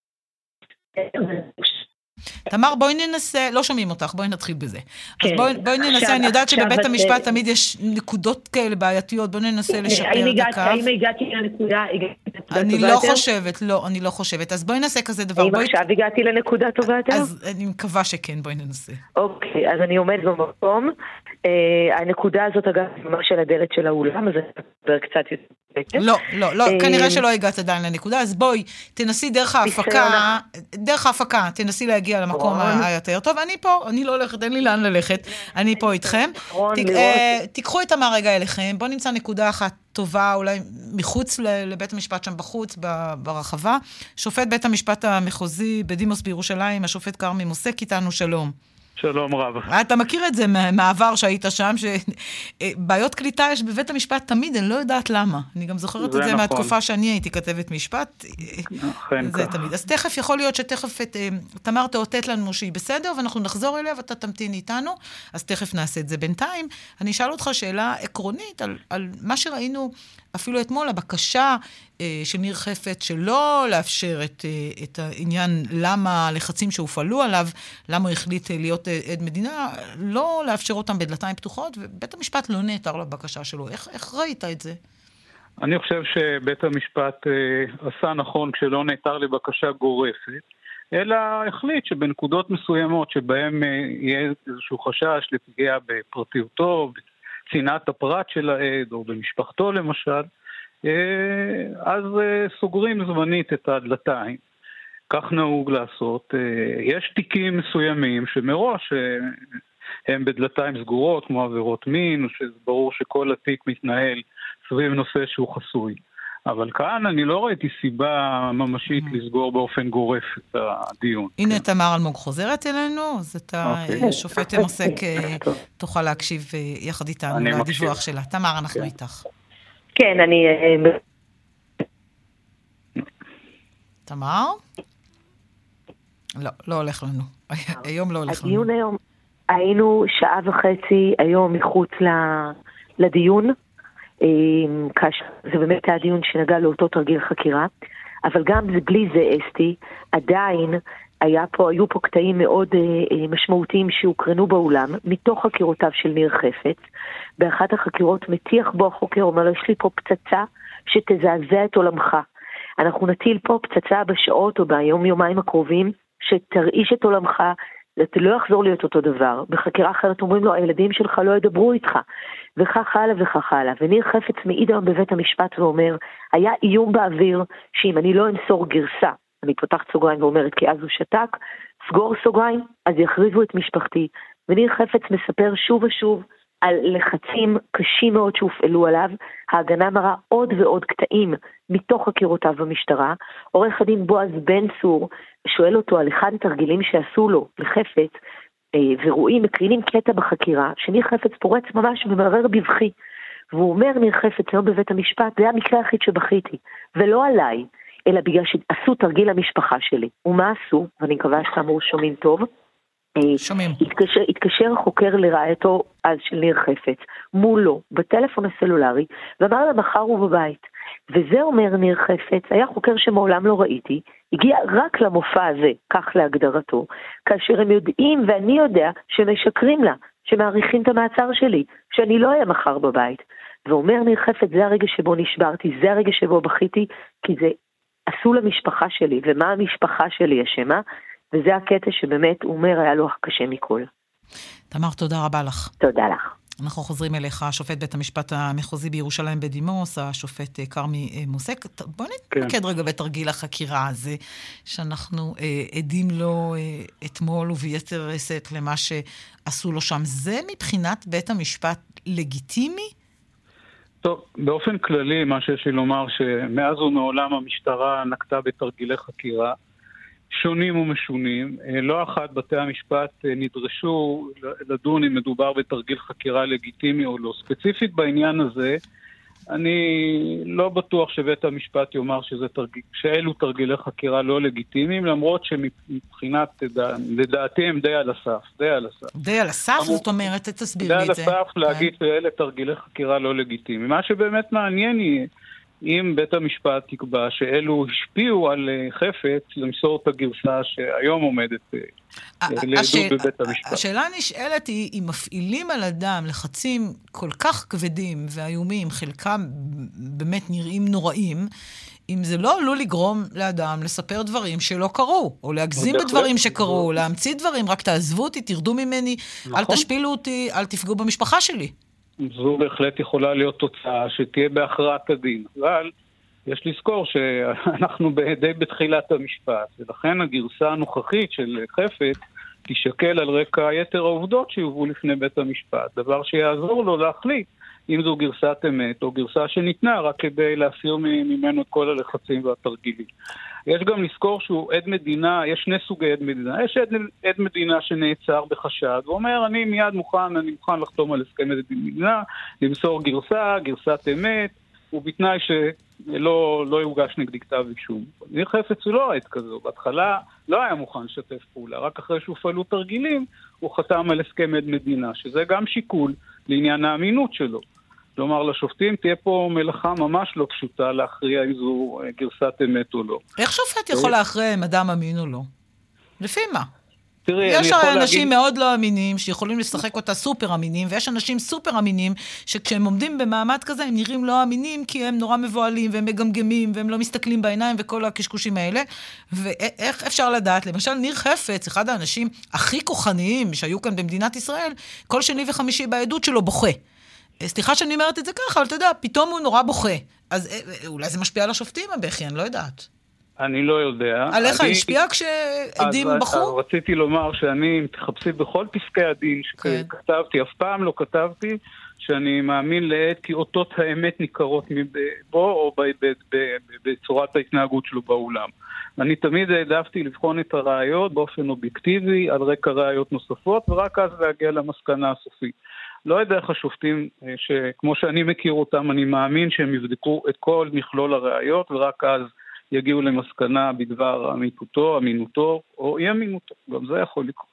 תמר, בואי ננסה, לא שומעים אותך, בואי נתחיל בזה. אז בואי ננסה, אני יודעת שבבית המשפט תמיד יש נקודות כאלה בעייתיות, בואי ננסה לשפר דקה. האם הגעתי לנקודה? אני לא חושבת, אז בואי ננסה כזה דבר. האם עכשיו הגעתי לנקודה טובה יותר? אז אני מקווה שכן, בואי ננסה. אוקיי, אז אני עומד במקום. הנקודה הזאת אגב, ממש על הדלת של האולם, אז אני אדבר קצת יותר. לא, כנראה שלא הגעת עדיין לנקודה, אז בואי, תנסי דרך ההפקה, תנסי להגיע למקום היותר טוב, אני פה, אני לא הולכת, אין לי לאן ללכת, אני פה איתכם, תיקחו את תמר רגע אליכם, בואו נמצא נקודה אחת טובה, אולי מחוץ לבית המשפט שם בחוץ, ברחבה, שופט בית המשפט המחוזי בדימוס בירושלים, השופט כרמי מוסק איתנו, שלום. שלום רב. אתה מכיר את זה מהעבר שהיית שם, שבעיות קליטה יש בבית המשפט תמיד, אני לא יודעת למה. אני גם זוכרת את זה מהתקופה שאני הייתי כתבת משפט. זה תמיד. אז תכף יכול להיות שתכף תמר תאותת לנו שהיא בסדר, ואנחנו נחזור אליה ואתה תמתין איתנו, אז תכף נעשה את זה. בינתיים, אני אשאל אותך שאלה עקרונית על מה שראינו אפילו אתמול, הבקשה של ניר חפץ שלא לאפשר את העניין, למה הלחצים שהופעלו עליו, למה הוא החליט להיות עד מדינה, לא לאפשר אותם בדלתיים פתוחות, ובית המשפט לא נעתר לבקשה שלו. איך ראית את זה? אני חושב שבית המשפט עשה נכון כשלא נעתר לבקשה גורפת, אלא החליט שבנקודות מסוימות שבהם יהיה איזשהו חשש לפגיעה בפרטיותו, צנעת הפרט של העד או במשפחתו למשל, אז סוגרים זמנית את הדלתיים. כך נהוג לעשות. יש תיקים מסוימים שמראש הם בדלתיים סגורות, כמו עבירות מין, שברור שכל התיק מתנהל סביב נושא שהוא חסוי. אבל כאן אני לא ראיתי סיבה ממשית לסגור באופן גורף את הדיון. הנה תמר אלמוג חוזרת אלינו, אז אתה שופט מוסק, תוכל להקשיב יחד איתנו לדיווח שלה. תמר, אנחנו איתך. כן, אני... תמר? לא הולך לנו. היום לא הולך לנו. הדיון היום, היינו שעה וחצי היום מחוץ לדיון, כאשר זה באמת היה דיון שנגע לאותו תרגיל חקירה, אבל גם בלי זה אסתי, עדיין היו פה קטעים מאוד משמעותיים שהוקרנו באולם, מתוך חקירותיו של ניר חפץ. באחת החקירות מטיח בו החוקר, אומר לו, יש לי פה פצצה שתזעזע את עולמך. אנחנו נטיל פה פצצה בשעות או ביום-יומיים הקרובים, שתרעיש את עולמך, אתה לא יחזור להיות אותו דבר. בחקירה אחרת אומרים לו, הילדים שלך לא ידברו איתך, וכך הלאה וכך הלאה. וניר חפץ מעיד היום בבית המשפט ואומר, היה איום באוויר, שאם אני לא אמסור גרסה, אני פותחת סוגריים ואומרת, כי אז הוא שתק, סגור סוגריים, אז יחריבו את משפחתי. וניר חפץ מספר שוב ושוב, על לחצים קשים מאוד שהופעלו עליו, ההגנה מראה עוד ועוד קטעים מתוך חקירותיו במשטרה. עורך הדין בועז בן צור שואל אותו על אחד התרגילים שעשו לו לחפץ, ורואים, מקרינים קטע בחקירה, שניר חפץ פורץ ממש ומרר בבכי, והוא אומר ניר חפץ היום בבית המשפט, זה המקרה היחיד שבכיתי, ולא עליי, אלא בגלל שעשו תרגיל למשפחה שלי. ומה עשו? ואני מקווה שאמרו שומעים טוב, שומעים. התקשר חוקר לרעייתו אז של ניר חפץ, מולו, בטלפון הסלולרי, ואמר לה מחר הוא בבית. וזה אומר ניר חפץ, היה חוקר שמעולם לא ראיתי, הגיע רק למופע הזה, כך להגדרתו, כאשר הם יודעים ואני יודע שמשקרים לה, שמעריכים את המעצר שלי, שאני לא אהיה מחר בבית. ואומר ניר חפץ, זה הרגע שבו נשברתי, זה הרגע שבו בכיתי, כי זה עשו למשפחה שלי, ומה המשפחה שלי אשמה, וזה הקטע שבאמת הוא אומר היה לו קשה מכל. תמר, תודה רבה לך. תודה לך. אנחנו חוזרים אליך, שופט בית המשפט המחוזי בירושלים בדימוס, השופט קרמי מוסק. בוא נתמקד רגע בתרגיל החקירה הזה, שאנחנו עדים לו אתמול וביתר שאת למה שעשו לו שם. זה מבחינת בית המשפט לגיטימי? טוב, באופן כללי, מה שיש לי לומר שמאז ומעולם המשטרה נקטה בתרגילי חקירה, שונים ומשונים. לא אחת בתי המשפט נדרשו לדון אם מדובר בתרגיל חקירה לגיטימי או לא. ספציפית בעניין הזה, אני לא בטוח שבית המשפט יאמר שאלו תרגילי חקירה לא לגיטימיים, למרות שמבחינת, לדעתי הם די על הסף. די על הסף? זאת אומרת, תסביר לי את זה. די על הסף להגיד שאלה תרגילי חקירה לא לגיטימיים. מה שבאמת מעניין היא, אם בית המשפט יקבע שאלו השפיעו על חפץ למסור את הגרסה שהיום עומדת לעדות בבית המשפט. השאלה הנשאלת היא, אם מפעילים על אדם לחצים כל כך כבדים ואיומים, חלקם באמת נראים נוראים, אם זה לא עלול לגרום לאדם לספר דברים שלא קרו, או להגזים בדברים שקרו, להמציא דברים, רק תעזבו אותי, תרדו ממני, אל תשפילו אותי, אל תפגעו במשפחה שלי. זו בהחלט יכולה להיות תוצאה שתהיה בהכרעת הדין. אבל יש לזכור שאנחנו די בתחילת המשפט, ולכן הגרסה הנוכחית של חפץ תשקל על רקע יתר העובדות שיובאו לפני בית המשפט, דבר שיעזור לו להחליט אם זו גרסת אמת או גרסה שניתנה רק כדי להסיר ממנו את כל הלחצים והתרגילים. יש גם לזכור שהוא עד מדינה, יש שני סוגי עד מדינה. יש עד מדינה שנעצר בחשד, ואומר, אני מיד מוכן לחתום על הסכם עד מדינה, למסור גרסת אמת, ובתנאי שלא יוגש נגדי כתב אישום. ניר חפץ הוא לא עד כזו, בהתחלה לא היה מוכן לשתף פעולה, רק אחרי שהופעלו תרגילים, הוא חתם על הסכם עד מדינה, שזה גם שיקול לעניין האמינות שלו. כלומר, לשופטים תהיה פה מלאכה ממש לא פשוטה להכריע אם זו גרסת אמת או לא. איך שופט יכול להכריע אם אדם אמין או לא? לפי מה? תראי, יש אנשים מאוד לא אמינים שיכולים לשחק אותה סופר אמינים, ויש אנשים סופר אמינים שכשהם עומדים במעמד כזה הם נראים לא אמינים כי הם נורא מבועלים והם מגמגמים והם לא מסתכלים בעיניים וכל הקשקושים האלה. ואיך אפשר לדעת? למשל ניר חפץ, אחד האנשים הכי כוחניים שהיו כאן במדינת ישראל, כל שני וחמישי בעדות שלו בוכה. סליחה שאני אומרת את זה ככה, אבל אתה יודע, פתאום הוא נורא בוכה. אז אולי זה משפיע על השופטים, הבכי, אני לא יודעת. אני לא יודע. עליך השפיע כשעדים בחו? רציתי לומר שאני מתחפשי בכל פסקי הדין שכתבתי, אף פעם לא כתבתי שאני מאמין לעד כי אותות האמת ניכרות בו או בצורת ההתנהגות שלו באולם. אני תמיד העדפתי לבחון את הראיות באופן אובייקטיבי על רקע ראיות נוספות, ורק אז להגיע למסקנה הסופית. לא יודע איך השופטים, שכמו שאני מכיר אותם, אני מאמין שהם יבדקו את כל מכלול הראיות, ורק אז יגיעו למסקנה בדבר אמינותו, או אי אמינותו. גם זה יכול לקרות.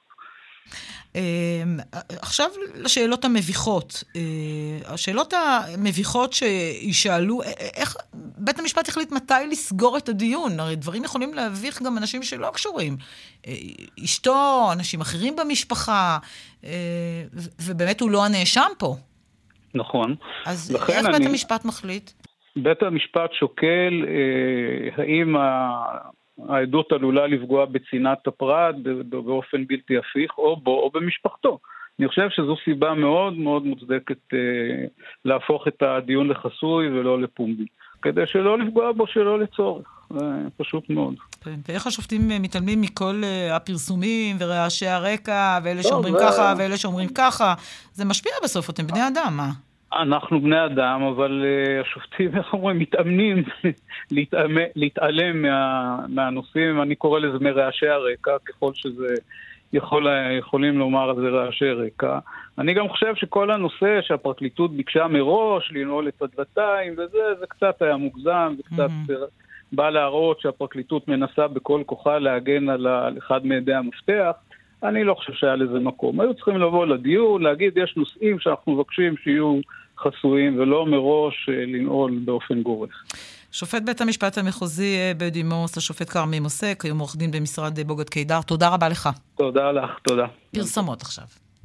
עכשיו לשאלות המביכות. השאלות המביכות שישאלו, איך בית המשפט החליט מתי לסגור את הדיון? הרי דברים יכולים להביך גם אנשים שלא קשורים. אשתו, אנשים אחרים במשפחה, ובאמת הוא לא הנאשם פה. נכון. אז איך בית המשפט מחליט? בית המשפט שוקל האם העדות עלולה לפגוע בצנעת הפרט באופן בלתי הפיך, או בו או במשפחתו. אני חושב שזו סיבה מאוד מאוד מוצדקת להפוך את הדיון לחסוי ולא לפומבי, כדי שלא לפגוע בו שלא לצורך. פשוט מאוד. ואיך השופטים מתעלמים מכל הפרסומים ורעשי הרקע, ואלה שאומרים ככה ואלה שאומרים ככה? זה משפיע בסוף, אתם בני אדם, מה? אנחנו בני אדם, אבל השופטים, איך אומרים, מתאמנים להתעלם מהנושאים, אני קורא לזה מרעשי הרקע, ככל שזה יכולים לומר זה רעשי רקע. אני גם חושב שכל הנושא שהפרקליטות ביקשה מראש, לנעול את הדלתיים וזה, זה קצת היה מוגזם, זה קצת בא להראות שהפרקליטות מנסה בכל כוחה להגן על אחד מעדי המפתח. אני לא חושב שהיה לזה מקום. היו צריכים לבוא לדיון, להגיד יש נושאים שאנחנו מבקשים שיהיו חסויים, ולא מראש לנעול באופן גורף. שופט בית המשפט המחוזי בדימוס, השופט כרמי מוסק, היום עורך דין במשרד בוגת קידר. תודה רבה לך. תודה לך, תודה. פרסומות עכשיו.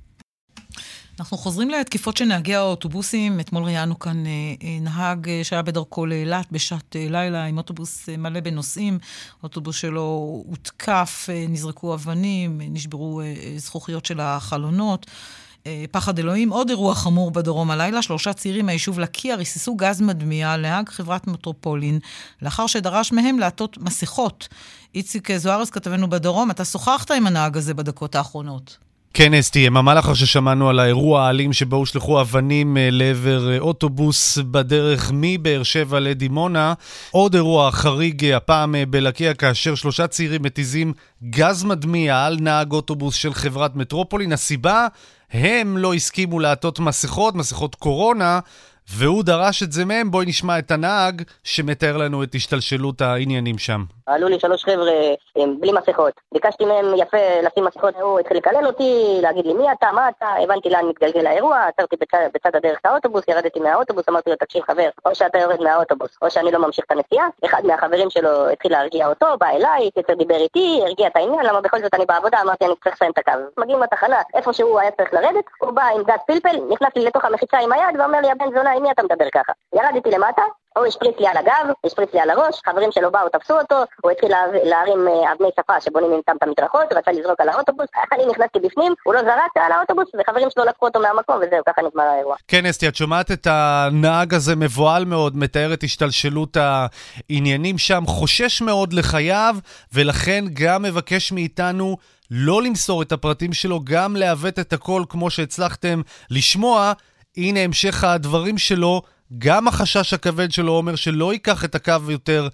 אנחנו חוזרים לתקיפות של נהגי האוטובוסים. אתמול ראיינו כאן נהג שהיה בדרכו לאילת בשעת לילה עם אוטובוס מלא בנוסעים. אוטובוס שלו הותקף, נזרקו אבנים, נשברו זכוכיות של החלונות. פחד אלוהים. עוד אירוע חמור בדרום הלילה. 3 צעירים מהיישוב לקיה ריססו גז מדמיע להג חברת מטרופולין, לאחר שדרש מהם לעטות מסכות. איציק זוארץ, כתבנו בדרום, אתה שוחחת עם הנהג הזה בדקות האחרונות. כן, אסתי, יממה לאחר ששמענו על האירוע האלים שבו הושלחו אבנים לעבר אוטובוס בדרך מבאר שבע לדימונה. עוד אירוע חריג הפעם בלקיה, כאשר 3 צעירים מתיזים גז מדמיע על נהג אוטובוס של חברת מטרופולין. הסיבה, הם לא הסכימו לעטות מסכות קורונה, והוא דרש את זה מהם. בואי נשמע את הנהג שמתאר לנו את השתלשלות העניינים שם. עלו לי 3 חבר'ה בלי מסכות. ביקשתי מהם יפה לשים מסכות, הוא התחיל לקלל אותי, להגיד לי מי אתה, מה אתה, הבנתי לאן מתגלגל האירוע, עצרתי בצד הדרך את האוטובוס, ירדתי מהאוטובוס, אמרתי לו תקשיב חבר, או שאתה יורד מהאוטובוס, או שאני לא ממשיך את הנסיעה. אחד מהחברים שלו התחיל להרגיע אותו, בא אליי, יצר דיבר איתי, הרגיע את העניין, למה בכל זאת אני בעבודה, אמרתי אני צריך לסיים את הקו. מגיעים לתחנה, איפה שהוא היה צריך לרדת, הוא בא עם גז פלפל, נכנס לי לתוך המחיצה עם היד ואומר לי הבן זונה, עם מי אתה מדבר ככה? ירדתי למטה, הוא השפריץ לי על הגב, השפריץ לי על הראש, חברים שלו באו, תפסו אותו, הוא התחיל להרים אבני שפה שבונים איתם את המדרכות, רצה לזרוק על האוטובוס, אני נכנסתי בפנים, הוא לא זרק על האוטובוס, וחברים שלו לקחו אותו מהמקום, וזהו, ככה נגמר האירוע. כן, אסתי, את שומעת את הנהג הזה מבועל מאוד, מתאר את השתלשלות העניינים שם, חושש מאוד לחייו, ולכן גם מבקש מאיתנו לא למסור את הפרטים שלו, גם להוות את הכל כמו שהצלחתם לשמוע. הנה המשך הדברים שלו, גם החשש הכבד שלו אומר שלא ייקח את הקו יותר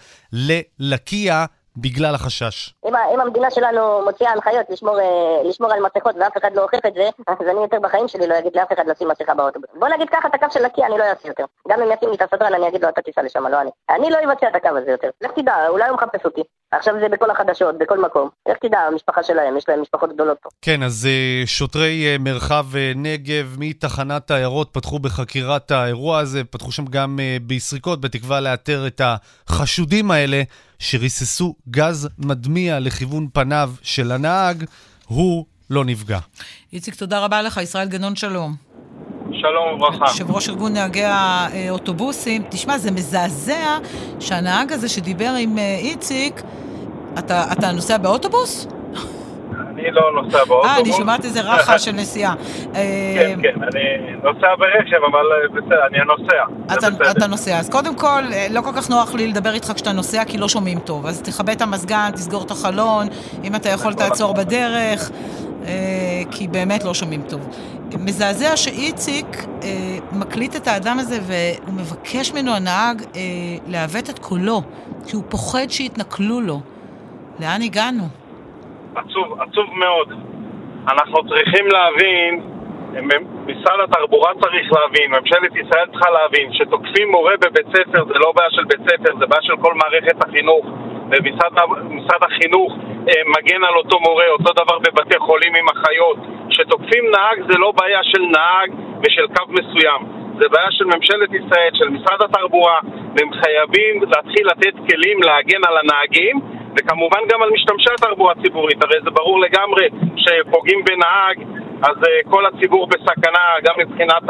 ללקיה בגלל החשש. אם המדינה שלנו מוציאה הנחיות לשמור על מסכות ואף אחד לא אוכף את זה, אז אני יותר בחיים שלי לא אגיד לאף אחד לשים מסכה באוטובוס. בוא נגיד ככה, את הקו של לקיה אני לא אעשה יותר. גם אם ישים לי את הסדרן אני אגיד לו אתה תיסע לשם, לא אני. אני לא אבצע את הקו הזה יותר. לך תדע, אולי הוא מחפש אותי. עכשיו זה בכל החדשות, בכל מקום. לך תדע, המשפחה שלהם, יש להם משפחות גדולות פה. כן, אז שוטרי מרחב נגב מתחנת העיירות פתחו בחקירת האירוע הזה, פתחו שם גם בסריקות, בתקווה לאתר את החשודים האלה שריססו גז מדמיע לכיוון פניו של הנהג. הוא לא נפגע. איציק, תודה רבה לך. ישראל גנון, שלום. שלום וברכה. יושב ראש ארגון נהגי האוטובוסים. תשמע, זה מזעזע שהנהג הזה שדיבר עם איציק, אתה נוסע באוטובוס? אני לא נוסע באוטובוס. אני שומעת איזה רחה של נסיעה. כן, אני נוסע ברכב, אבל בסדר, אני נוסע. אתה נוסע. אז קודם כל, לא כל כך נוח לי לדבר איתך כשאתה נוסע, כי לא שומעים טוב. אז תכבה את המזגן, תסגור את החלון, אם אתה יכול תעצור בדרך, כי באמת לא שומעים טוב. מזעזע שאיציק מקליט את האדם הזה, והוא מבקש ממנו הנהג להוות את קולו, כי הוא פוחד שיתנכלו לו. לאן הגענו? עצוב מאוד. אנחנו צריכים להבין, משרד התחבורה צריך להבין, ממשלת ישראל צריכה להבין, שתוקפים מורה בבית ספר זה לא בעיה של בית ספר, זה בעיה של כל מערכת החינוך, ומשרד החינוך מגן על אותו מורה, אותו דבר בבתי חולים עם אחיות. שתוקפים נהג זה לא בעיה של נהג ושל קו מסוים, זה בעיה של ממשלת ישראל, של משרד התחבורה, והם חייבים להתחיל לתת כלים להגן על הנהגים, וכמובן גם על משתמשי התחבורה הציבורית. הרי זה ברור לגמרי שפוגעים בנהג, אז כל הציבור בסכנה, גם מבחינת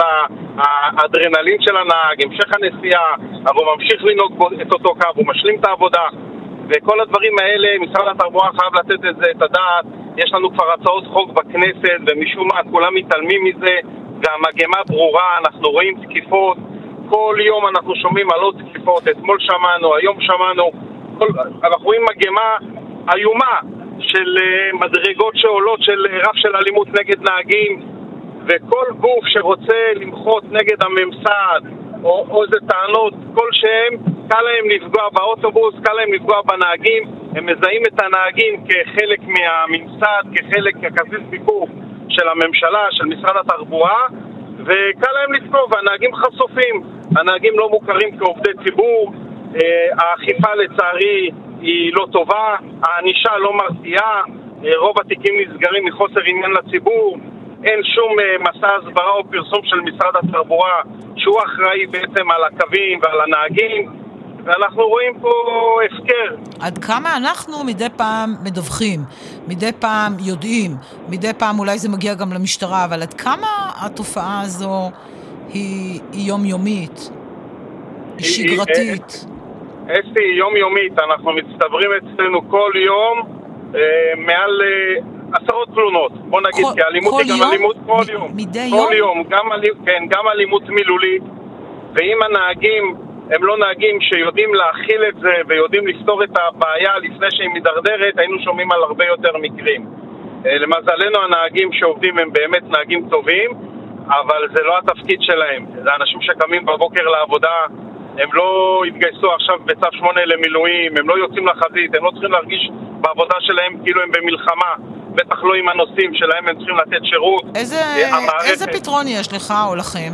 האדרנלין של הנהג, המשך הנסיעה, אבל הוא ממשיך לנהוג את אותו קו, הוא משלים את העבודה, וכל הדברים האלה, משרד התחבורה חייב לתת את הדעת. יש לנו כבר הצעות חוק בכנסת, ומשום מה כולם מתעלמים מזה, והמגמה ברורה, אנחנו רואים תקיפות, כל יום אנחנו שומעים על עוד תקיפות, אתמול שמענו, היום שמענו, אנחנו רואים מגמה איומה של מדרגות שעולות של רף של אלימות נגד נהגים, וכל גוף שרוצה למחות נגד הממסד או איזה טענות כלשהם, קל להם לפגוע באוטובוס, קל להם לפגוע בנהגים. הם מזהים את הנהגים כחלק מהממסד, כחלק ככרטיס ביקור של הממשלה, של משרד התחבורה, וקל להם לתקוף, והנהגים חשופים. הנהגים לא מוכרים כעובדי ציבור, האכיפה לצערי היא לא טובה, הענישה לא מרתיעה, רוב התיקים נסגרים מחוסר עניין לציבור, אין שום מסע הסברה או פרסום של משרד התחבורה שהוא אחראי בעצם על הקווים ועל הנהגים, ואנחנו רואים פה הפקר. עד כמה אנחנו מדי פעם מדווחים, מדי פעם יודעים, מדי פעם אולי זה מגיע גם למשטרה, אבל עד כמה התופעה הזו היא יומיומית, היא שגרתית? אסתי, היא יומיומית, אנחנו מצטברים אצלנו כל יום מעל עשרות תלונות, בוא נגיד, כי האלימות היא גם אלימות כל יום. מדי כל יום, גם אלימות מילולית, ואם הנהגים הם לא נהגים שיודעים להכיל את זה ויודעים לפתור את הבעיה לפני שהיא מדרדרת, היינו שומעים על הרבה יותר מקרים. למזלנו הנהגים שעובדים הם באמת נהגים טובים, אבל זה לא התפקיד שלהם. זה אנשים שקמים בבוקר לעבודה, הם לא התגייסו עכשיו בצו 8 למילואים, הם לא יוצאים לחזית, הם לא צריכים להרגיש בעבודה שלהם כאילו הם במלחמה, בטח לא עם הנושאים שלהם, הם צריכים לתת שירות. איזה פתרון יש לך או לכם?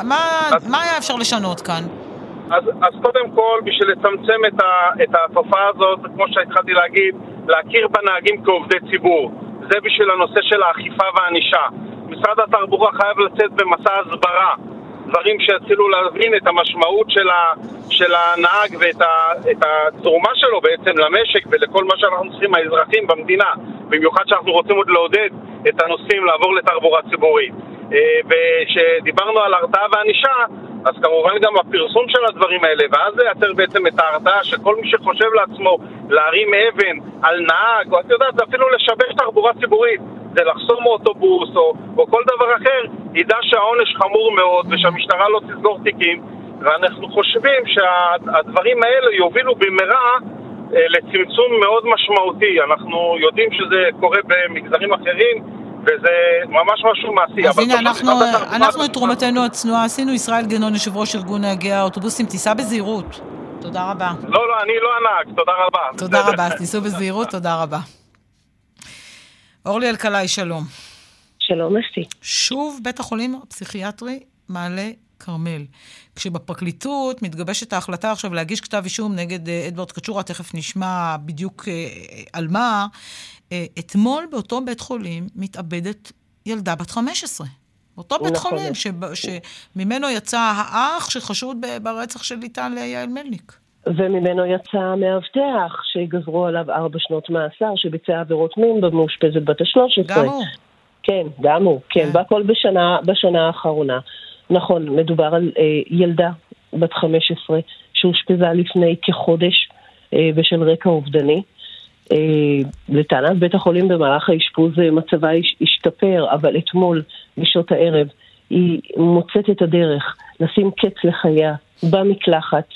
מה היה אפשר לשנות כאן? אז קודם כל, בשביל לצמצם את התופעה הזאת, כמו שהתחלתי להגיד, להכיר בנהגים כעובדי ציבור. זה בשביל הנושא של האכיפה והענישה. משרד התחבורה חייב לצאת במסע הסברה, דברים שיצילו להבין את המשמעות של הנהג ואת התרומה שלו בעצם למשק ולכל מה שאנחנו צריכים האזרחים במדינה, במיוחד שאנחנו רוצים עוד לעודד את הנוסעים לעבור לתחבורה ציבורית. ושדיברנו על הרתעה וענישה, אז כמובן גם הפרסום של הדברים האלה, ואז זה יצר בעצם את ההרתעה שכל מי שחושב לעצמו להרים אבן על נהג, או את יודעת, אפילו לשבש תחבורה ציבורית, זה לחסום אוטובוס או כל דבר אחר, ידע שהעונש חמור מאוד ושהמשטרה לא תסגור תיקים, ואנחנו חושבים שהדברים האלה יובילו במהרה לצמצום מאוד משמעותי. אנחנו יודעים שזה קורה במגזרים אחרים, וזה ממש משהו מעשי. אז הנה, אנחנו את תרומתנו הצנועה עשינו. ישראל גנון, יושב ראש ארגון נהגי האוטובוסים, תיסע בזהירות. תודה רבה. לא, אני לא הנהג, תודה רבה. תודה רבה, תיסעו בזהירות, תודה רבה. אורלי אלקלעי, שלום. שלום, אסתי. שוב בית החולים הפסיכיאטרי מעלה כרמל. כשבפרקליטות מתגבשת ההחלטה עכשיו להגיש כתב אישום נגד אדוארד קצ'ורה, תכף נשמע בדיוק על מה, אתמול באותו בית חולים מתאבדת ילדה בת 15. אותו בית חולים שממנו יצא האח שחשוד ברצח של ליטל יעל מלניק. וממנו יצא מאבטח שגזרו עליו 4 שנות מאסר, שביצע עבירות מין במאושפזת בת 13. גם הוא. כן, גם הוא. כן, בכל בשנה האחרונה. נכון, מדובר על ילדה בת 15 שהושפזה לפני כחודש בשל רקע אובדני. לטענת בית החולים במהלך האשפוז מצבה השתפר, אבל אתמול בשעות הערב היא מוצאת את הדרך לשים קץ לחייה במקלחת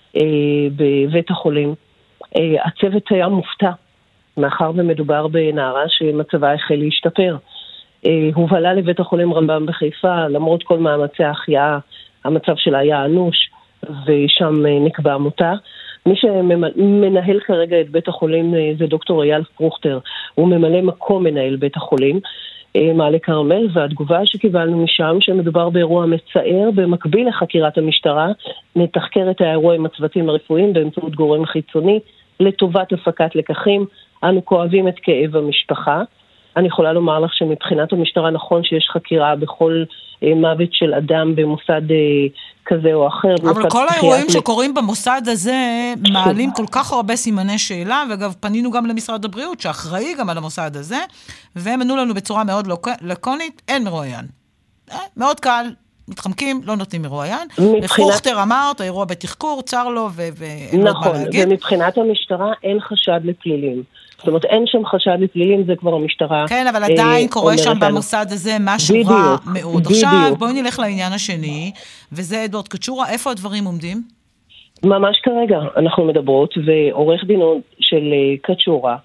בבית החולים. הצוות היה מופתע, מאחר ומדובר בנערה שמצבה החל להשתפר. הובלה לבית החולים רמב"ם בחיפה, למרות כל מאמצי ההחייאה, המצב שלה היה אנוש, ושם נקבע מותה. מי שמנהל כרגע את בית החולים זה דוקטור אייל פרוכטר, הוא ממלא מקום מנהל בית החולים, מעלה כרמל, והתגובה שקיבלנו משם שמדובר באירוע מצער, במקביל לחקירת המשטרה, נתחקר את האירוע עם הצוותים הרפואיים באמצעות גורם חיצוני, לטובת הפקת לקחים. אנו כואבים את כאב המשפחה. אני יכולה לומר לך שמבחינת המשטרה נכון שיש חקירה בכל מוות של אדם במוסד כזה או אחר. אבל כל האירועים שקורים במוסד הזה מעלים כל כך הרבה סימני שאלה, ואגב פנינו גם למשרד הבריאות שאחראי גם על המוסד הזה, והם ענו לנו בצורה מאוד לקונית, אין מרואיין. מאוד קל, מתחמקים, לא נותנים מרואיין. ופרוכטר אמר, האירוע בתחקור, צר לו, ואין עוד מה להגיד. נכון, ומבחינת המשטרה אין חשד לפלילים. זאת אומרת, אין שם חשד לפלילים, זה כבר המשטרה. כן, אבל עדיין קורה שם במוסד הזה משהו רע מאוד. עכשיו, בואי נלך לעניין השני, וזה אדוארד קצ'ורה, איפה הדברים עומדים? ממש כרגע אנחנו מדברות, ועורך דינו של קצ'ורה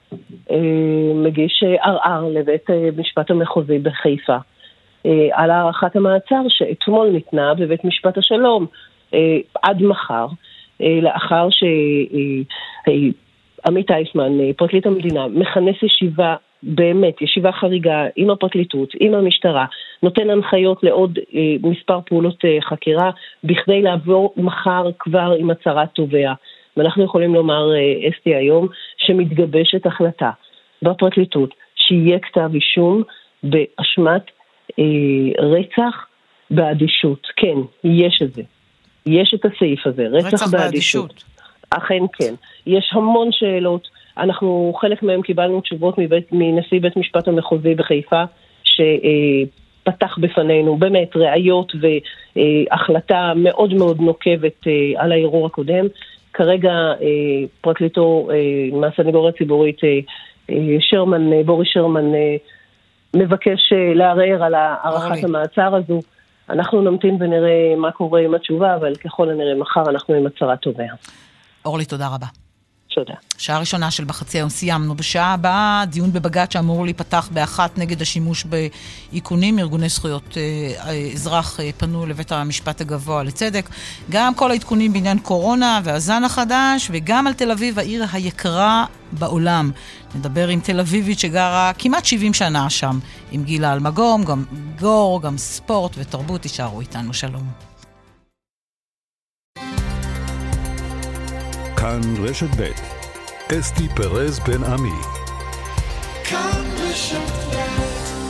מגיש ערער לבית משפט המחוזי בחיפה, על הערכת המעצר שאתמול ניתנה בבית משפט השלום עד מחר, לאחר עמית אייסמן, פרקליט המדינה, מכנס ישיבה, באמת, ישיבה חריגה עם הפרקליטות, עם המשטרה, נותן הנחיות לעוד מספר פעולות חקירה, בכדי לעבור מחר כבר עם הצהרת תובע. ואנחנו יכולים לומר, אסתי, היום, שמתגבשת החלטה בפרקליטות, שיהיה כתב אישום באשמת רצח באדישות. כן, יש את זה. יש את הסעיף הזה, רצח באדישות. אכן כן. יש המון שאלות. אנחנו, חלק מהם קיבלנו תשובות מנשיא בית משפט המחוזי בחיפה, שפתח בפנינו באמת ראיות והחלטה מאוד מאוד נוקבת על האירוע הקודם. כרגע פרקליטו מהסנגוריה הציבורית בורי שרמן מבקש לערער על הארכת המעצר הזו. אנחנו נמתין ונראה מה קורה עם התשובה, אבל ככל הנראה מחר אנחנו עם הצהרת תובע. אורלי, תודה רבה. תודה. שעה ראשונה של בחצי היום סיימנו. בשעה הבאה דיון בבג"ץ שאמור להיפתח באחת נגד השימוש באיכונים. ארגוני זכויות אזרח פנו לבית המשפט הגבוה לצדק. גם כל העדכונים בעניין קורונה והזן החדש, וגם על תל אביב, העיר היקרה בעולם. נדבר עם תל אביבית שגרה כמעט 70 שנה שם, עם גילה אלמגום, גם גור, גם ספורט ותרבות. תישארו איתנו. שלום. כאן רשת ב' אסתי פרז בן עמי. כאן רשת ב'.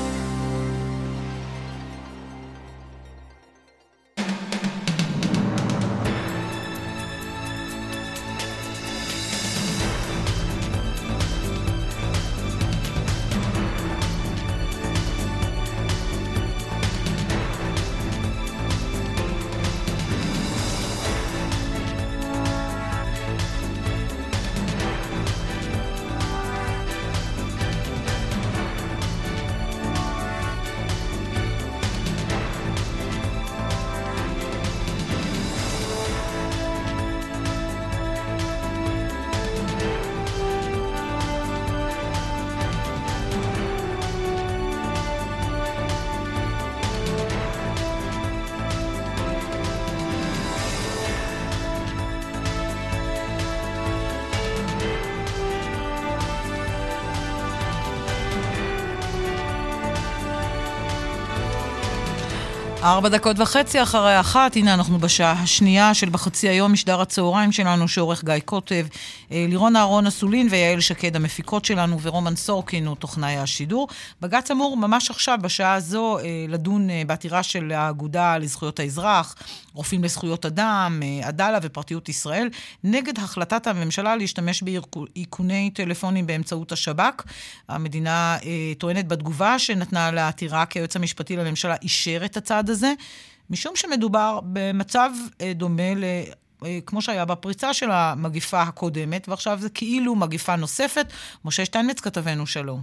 ארבע דקות וחצי אחרי 1, הנה אנחנו בשעה השנייה של בחצי היום, משדר הצהריים שלנו שעורך גיא קוטב, לירון אהרון אסולין ויעל שקד המפיקות שלנו, ורומן סורקין הוא טכנאי השידור. בג"ץ אמור ממש עכשיו בשעה הזו לדון בעתירה של האגודה לזכויות האזרח, רופאים לזכויות אדם, עדאלה ופרטיות ישראל, נגד החלטת הממשלה להשתמש באיכוני טלפונים באמצעות השב"כ. המדינה טוענת בתגובה שנתנה לעתירה כי היועץ המשפטי לממשלה אישר את הצעד הזה, משום שמדובר במצב דומה כמו שהיה בפריצה של המגיפה הקודמת, ועכשיו זה כאילו מגיפה נוספת. משה שטיינמץ כתבנו, שלום.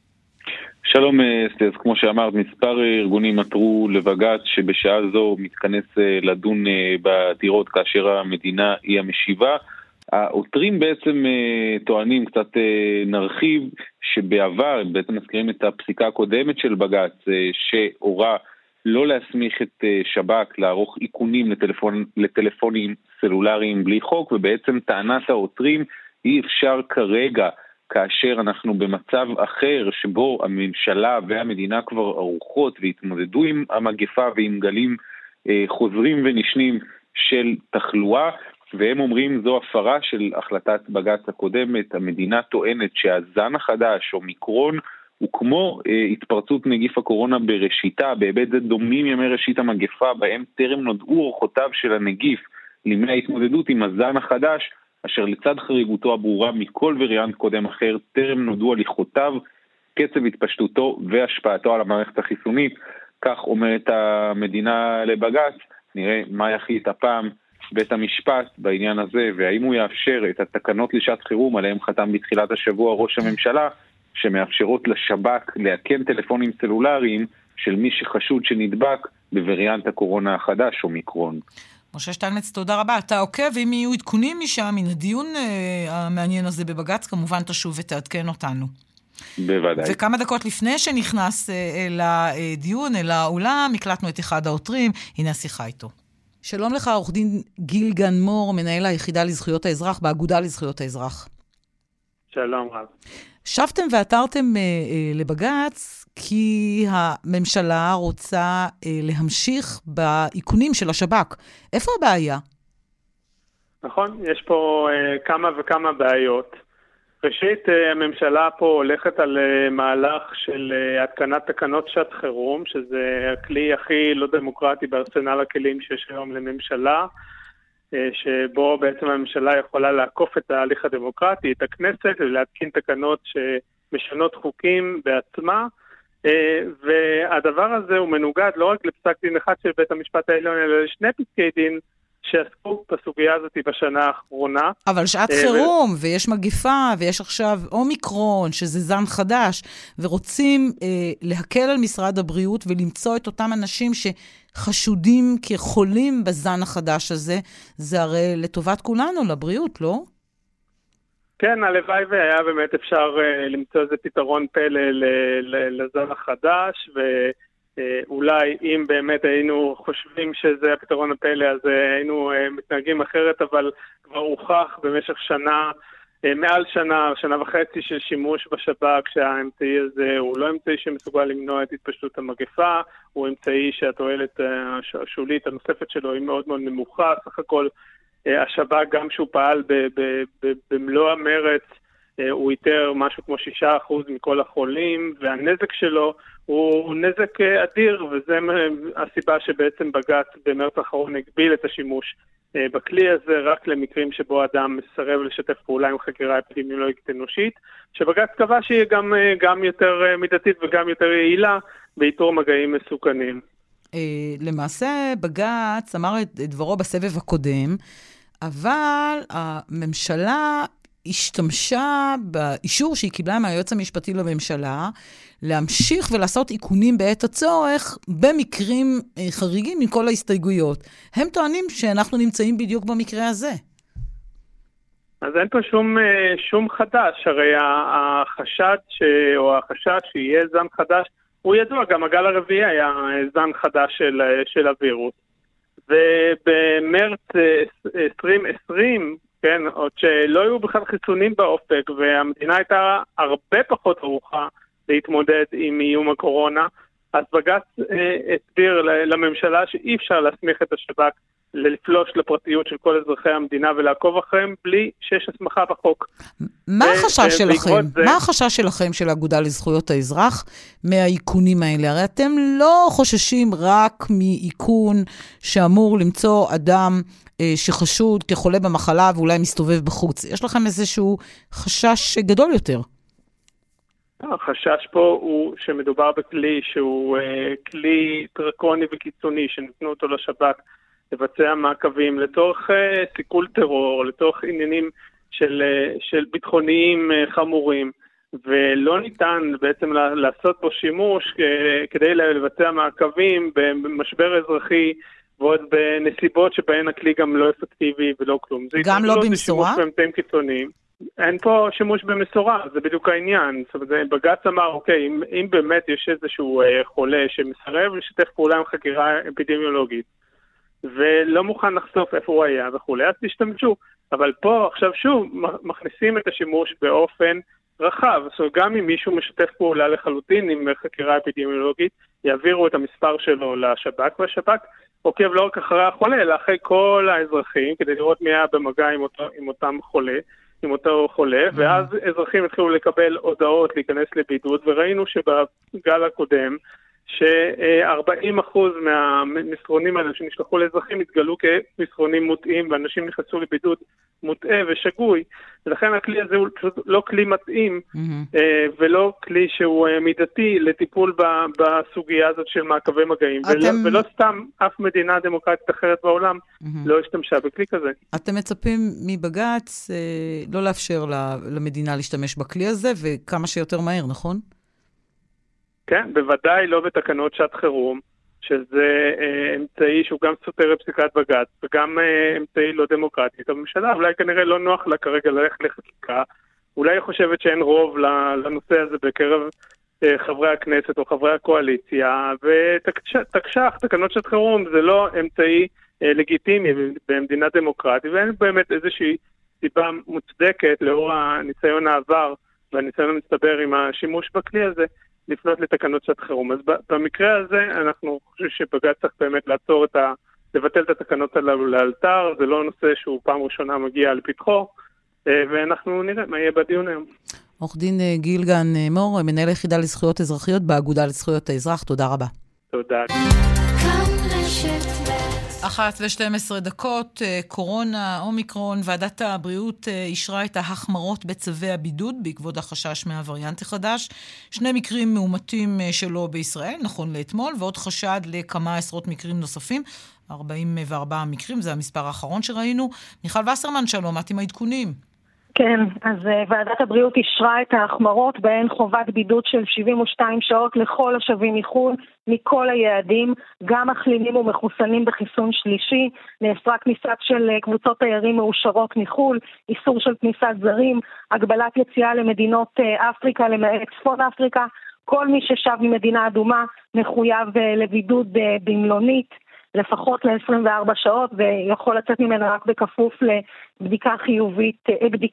שלום אסתי, אז כמו שאמרת, מספר ארגונים עתרו לבג"ץ שבשעה זו מתכנס לדון בעתירות כאשר המדינה היא המשיבה. העותרים בעצם טוענים, קצת נרחיב, שבעבר בעצם מזכירים את הפסיקה הקודמת של בג"ץ שהורה לא להסמיך את שב"כ לערוך איכונים לטלפונים סלולריים בלי חוק, ובעצם טענת העותרים אי אפשר כרגע, כאשר אנחנו במצב אחר שבו הממשלה והמדינה כבר ערוכות והתמודדו עם המגפה ועם גלים חוזרים ונשנים של תחלואה, והם אומרים זו הפרה של החלטת בג"ץ הקודמת. המדינה טוענת שהזן החדש או מיקרון הוא כמו התפרצות נגיף הקורונה בראשיתה, בהיבט זה דומים ימי ראשית המגפה בהם טרם נודעו אורחותיו של הנגיף לימי ההתמודדות עם הזן החדש, אשר לצד חריגותו הברורה מכל וריאנט קודם אחר טרם נודעו הליכותיו, קצב התפשטותו והשפעתו על המערכת החיסונית. כך אומרת המדינה לבג"ץ. נראה מה יחליט הפעם בית המשפט בעניין הזה, והאם הוא יאפשר את התקנות לשעת חירום עליהם חתם בתחילת השבוע ראש הממשלה, שמאפשרות לשב"כ להקן טלפונים סלולריים של מי שחשוד שנדבק בווריאנט הקורונה החדש או מיקרון. משה שטיינמץ, תודה רבה. אתה עוקב, אם יהיו עדכונים משם, מן הדיון המעניין הזה בבג"ץ, כמובן תשוב ותעדכן אותנו. בוודאי. וכמה דקות לפני שנכנס לדיון, אל האולם, הקלטנו את אחד העותרים, הנה השיחה איתו. שלום לך, עורך דין גיל גן מור, מנהל היחידה לזכויות האזרח, באגודה לזכויות האזרח. שלום רב. שבתם ועתרתם לבג"ץ, כי הממשלה רוצה להמשיך באיכונים של השב"כ. איפה הבעיה? נכון, יש פה כמה וכמה בעיות. ראשית, הממשלה פה הולכת על מהלך של התקנת תקנות שעת חירום, שזה הכלי הכי לא דמוקרטי בארסנל הכלים שיש היום לממשלה, שבו בעצם הממשלה יכולה לעקוף את ההליך הדמוקרטי, את הכנסת, ולהתקין תקנות שמשנות חוקים בעצמה, והדבר הזה הוא מנוגד לא רק לפסק דין אחד של בית המשפט העליון, אלא לשני פסקי דין שעסקו בסוגיה הזאת בשנה האחרונה. אבל שעת חירום, ויש מגיפה, ויש עכשיו אומיקרון, שזה זן חדש, ורוצים להקל על משרד הבריאות ולמצוא את אותם אנשים שחשודים כחולים בזן החדש הזה, זה הרי לטובת כולנו, לבריאות, לא? כן, הלוואי והיה באמת אפשר למצוא איזה פתרון פלא לזן החדש, ואולי אם באמת היינו חושבים שזה הפתרון הפלא, אז היינו מתנהגים אחרת, אבל כבר הוכח במשך שנה, מעל שנה וחצי של שימוש בשב"כ, שהאמצעי הזה הוא לא אמצעי שמסוגל למנוע את התפשטות המגפה, הוא אמצעי שהתועלת השולית הנוספת שלו היא מאוד מאוד נמוכה, סך הכל השב"כ גם שהוא פעל במלוא המרץ, הוא איתר משהו כמו 6% מכל החולים, והנזק שלו הוא נזק אדיר, וזה הסיבה שבעצם בג"ץ במרץ האחרון הגביל את השימוש בכלי הזה רק למקרים שבו אדם מסרב לשתף פעולה עם חקירה אפידמיולוגית אנושית, שבג"ץ קבע שהיא גם יותר מידתית וגם יותר יעילה באיתור מגעים מסוכנים. למעשה בג"ץ אמר את דברו בסבב הקודם, אבל הממשלה השתמשה באישור שהיא קיבלה מהיועץ המשפטי לממשלה, להמשיך ולעשות עיקונים בעת הצורך, במקרים חריגים מכל ההסתייגויות. הם טוענים שאנחנו נמצאים בדיוק במקרה הזה. אז אין פה שום חדש, הרי החשד או החשש שיהיה זן חדש, הוא ידוע, גם הגל הרביעי היה זן חדש של הווירוס. ובמרץ 2020, כן, עוד שלא היו בכלל חיסונים באופק, והמדינה הייתה הרבה פחות ערוכה להתמודד עם איום הקורונה, אז בג"ץ הסביר לממשלה שאי אפשר להסמיך את השב"כ לפלוש לפרטיות של כל אזרחי המדינה ולעקוב אחריהם בלי שיש הסמכה בחוק. מה החשש שלכם? מה החשש שלכם של האגודה לזכויות האזרח מהאיכונים האלה? הרי אתם לא חוששים רק מאיכון שאמור למצוא אדם שחשוד כחולה במחלה ואולי מסתובב בחוץ. יש לכם איזשהו חשש גדול יותר? החשש פה הוא שמדובר בכלי שהוא כלי דרקוני וקיצוני שנתנו אותו לשב"כ לבצע מעקבים לתוך סיכול טרור, לתוך עניינים של ביטחוניים חמורים, ולא ניתן בעצם לעשות בו שימוש כדי לבצע מעקבים במשבר אזרחי ועוד בנסיבות שבהן הכלי גם לא אפקטיבי ולא כלום. גם לא במשורה? זה שימוש באמצעים קיצוניים. אין פה שימוש במשורה, זה בדיוק העניין. זאת אומרת, בג"ץ אמר, אוקיי, אם באמת יש איזשהו חולה שמסרב לשתף פעולה עם חקירה אפידמיולוגית, ולא מוכן לחשוף איפה הוא היה וכולי, אז תשתמשו. אבל פה עכשיו שוב מכניסים את השימוש באופן רחב. זאת אומרת, גם אם מישהו משתף פעולה לחלוטין עם חקירה אפידמיולוגית, יעבירו את המספר שלו לשב"כ, והשב"כ עוקב לא רק אחרי החולה, אלא אחרי כל האזרחים, כדי לראות מי היה במגע עם אותו חולה, ואז אזרחים התחילו לקבל הודעות להיכנס לבידוד, וראינו שבגל הקודם, ש40% מהמסרונים האלה שנשלחו לאזרחים התגלו כמסרונים מוטעים, ואנשים נכנסו לבידוד מוטעה ושגוי, ולכן הכלי הזה הוא פשוט לא כלי מתאים, ולא כלי שהוא מידתי לטיפול בסוגיה הזאת של מעקבי מגעים, ולא סתם אף מדינה דמוקרטית אחרת בעולם לא השתמשה בכלי כזה. אתם מצפים מבג"ץ לא לאפשר למדינה להשתמש בכלי הזה, וכמה שיותר מהר, נכון? כן, בוודאי לא בתקנות שעת חירום, שזה אמצעי שהוא גם סותר פסיקת בג"ץ, וגם אמצעי לא דמוקרטי. הממשלה אולי כנראה לא נוח לה כרגע ללכת לחקיקה, אולי היא חושבת שאין רוב לנושא הזה בקרב חברי הכנסת או חברי הקואליציה, ותקש"ח, תקנות שעת חירום, זה לא אמצעי לגיטימי במדינה דמוקרטית, ואין באמת איזושהי סיבה מוצדקת לאור הניסיון העבר והניסיון המצטבר עם השימוש בכלי הזה, לפנות לתקנות שעת חירום. אז במקרה הזה אנחנו חושבים שבג"ץ צריך באמת לבטל את התקנות הללו לאלתר, זה לא נושא שהוא פעם ראשונה מגיע לפתחו, ואנחנו נראה מה יהיה בדיון היום. עורך דין גילגן מור, מנהל היחידה לזכויות אזרחיות באגודה לזכויות האזרח, תודה רבה. תודה. 1:12, קורונה, אומיקרון, ועדת הבריאות אישרה את ההחמרות בצווי הבידוד בעקבות החשש מהווריאנט החדש. 2 מקרים מאומתים שלו בישראל, נכון לאתמול, ועוד חשד לכמה עשרות מקרים נוספים, 44 מקרים, זה המספר האחרון שראינו. מיכל וסרמן, שלום, את עם העדכונים. כן, אז ועדת הבריאות אישרה את ההחמרות בהן חובת בידוד של 72 שעות לכל השבים מחו"ל, מכל היעדים, גם מחלימים ומחוסנים בחיסון שלישי, נאסרה כניסה של קבוצות תיירים מאושרות מחו"ל, איסור של כניסת זרים, הגבלת יציאה למדינות אפריקה, למעט צפון אפריקה, כל מי ששב ממדינה אדומה מחויב לבידוד במלונית, לפחות ל-24 שעות, ויכול לצאת ממנה רק בכפוף לבדיקה חיובית,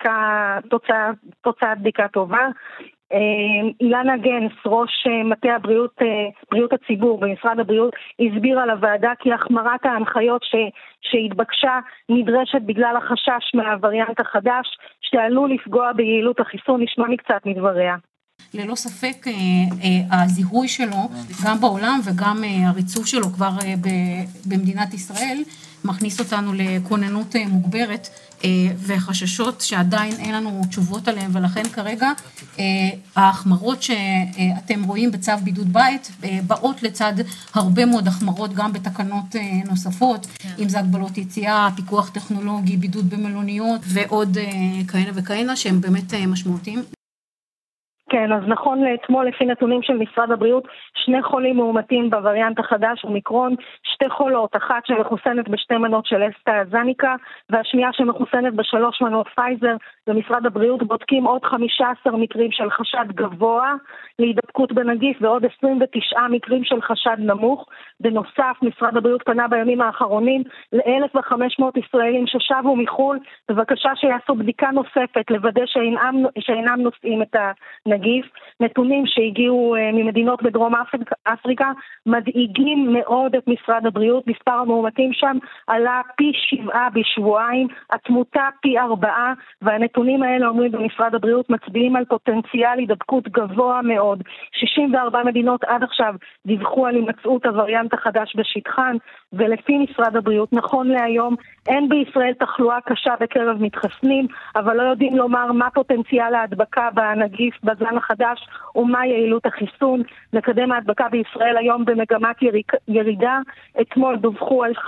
תוצאת בדיקה טובה. אילנה גנס, ראש מטה בריאות הציבור במשרד הבריאות, הסבירה לוועדה כי החמרת ההנחיות שהתבקשה נדרשת בגלל החשש מהווריאנט החדש, שעלול לפגוע ביעילות החיסון. נשמע מקצת מדבריה. ללא ספק הזיהוי שלו גם בעולם וגם הריצוף שלו כבר במדינת ישראל מכניס אותנו לכוננות מוגברת וחששות שעדיין אין לנו תשובות עליהם, ולכן כרגע ההחמרות שאתם רואים בצו בידוד בית באות לצד הרבה מאוד החמרות גם בתקנות נוספות, אם זה הגבלות יציאה, פיקוח טכנולוגי, בידוד במלוניות ועוד כהנה וכהנה שהם באמת משמעותיים. כן, אז נכון לאתמול לפי נתונים של משרד הבריאות, 2 חולים מאומתים בווריאנט החדש אומיקרון, 2 חולות, אחת שמחוסנת ב2 מנות של אסטרה-זניקה, והשנייה שמחוסנת ב3 מנות פייזר. במשרד הבריאות בודקים עוד 15 מקרים של חשד גבוה להידבקות בנגיף, ועוד 29 מקרים של חשד נמוך. בנוסף, משרד הבריאות פנה בימים האחרונים ל1,500 ישראלים ששבו מחול, בבקשה שיעשו בדיקה נוספת, לוודא שאינם נושאים את הנגיף. נתונים שהגיעו ממדינות בדרום אפריקה מדאיגים מאוד את משרד הבריאות. מספר המאומתים שם עלה פי 7 בשבועיים, התמותה פי 4, והנתונים האלה אומרים במשרד הבריאות מצביעים על פוטנציאל הידבקות גבוה מאוד. 64 מדינות עד עכשיו דיווחו על הימצאות הווריאנט החדש בשטחן, ולפי משרד הבריאות נכון להיום אין בישראל תחלואה קשה בקרב מתחסנים, אבל לא יודעים לומר מה פוטנציאל ההדבקה בנגיף בזן החדש ומה יעילות החיסון. מקדם ההדבקה בישראל היום במגמת ירידה, אתמול דווחו על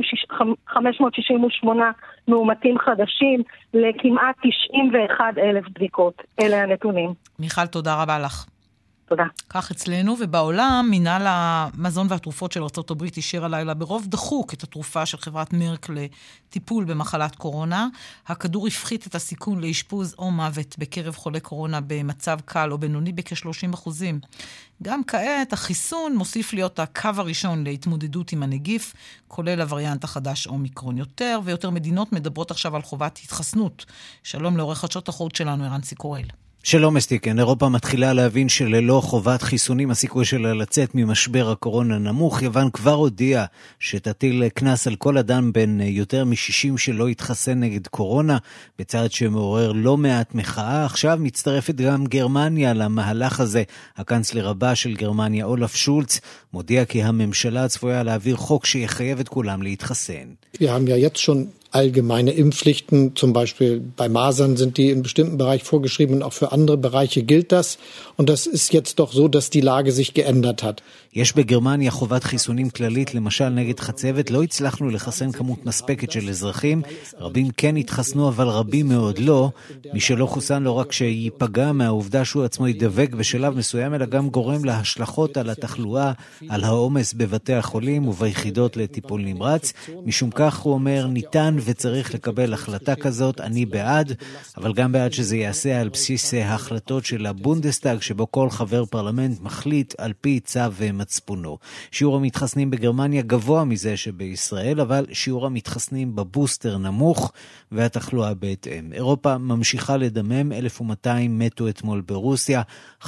568 מאומתים חדשים לכמעט 91,000 בדיקות. אלה הנתונים. מיכל, תודה רבה לך. תודה. כך אצלנו ובעולם, מינהל המזון והתרופות של ארצות הברית אישר הלילה ברוב דחוק את התרופה של חברת מרק לטיפול במחלת קורונה. הכדור הפחית את הסיכון לאשפוז או מוות בקרב חולי קורונה במצב קל או בינוני בכ-30%. גם כעת החיסון מוסיף להיות הקו הראשון להתמודדות עם הנגיף, כולל הווריאנט החדש אומיקרון. יותר ויותר מדינות מדברות עכשיו על חובת התחסנות. שלום לעורך חדשות החוץ שלנו, ערן סיקורל. שלום אסתיקן, אירופה מתחילה להבין שללא חובת חיסונים הסיכוי שלה לצאת ממשבר הקורונה נמוך. יוון כבר הודיעה שתטיל קנס על כל אדם בין יותר מ-60 שלא יתחסן נגד קורונה, בצעד שמעורר לא מעט מחאה. עכשיו מצטרפת גם גרמניה למהלך הזה. הקנצלר הבא של גרמניה, אולף שולץ, מודיע כי הממשלה צפויה להעביר חוק שיחייב את כולם להתחסן. Wir haben ja jetzt schon allgemeine Impfpflichten, zum Beispiel bei Masern sind die in bestimmten Bereich vorgeschrieben und auch für andere Bereiche gilt das. Und das ist jetzt doch so, dass die Lage sich geändert hat. יש בגרמניה חובת חיסונים כללית, למשל נגד חצבת. לא הצלחנו לחסן כמות מספקת של אזרחים. רבים כן התחסנו, אבל רבים מאוד לא. מי שלא חוסן לא רק שיפגע מהעובדה שהוא עצמו ידבק בשלב מסוים, אלא גם גורם להשלכות על התחלואה, על העומס בבתי החולים וביחידות לטיפול נמרץ. משום כך הוא אומר, ניתן וצריך לקבל החלטה כזאת, אני בעד, אבל גם בעד שזה יעשה על בסיס ההחלטות של הבונדסטאג, שבו כל חבר פרלמנט מחליט על פי צו מצפונו. שיעור המתחסנים בגרמניה גבוה מזה שבישראל, אבל שיעור המתחסנים בבוסטר נמוך והתחלואה בהתאם. אירופה ממשיכה לדמם, 1,200 מתו אתמול ברוסיה,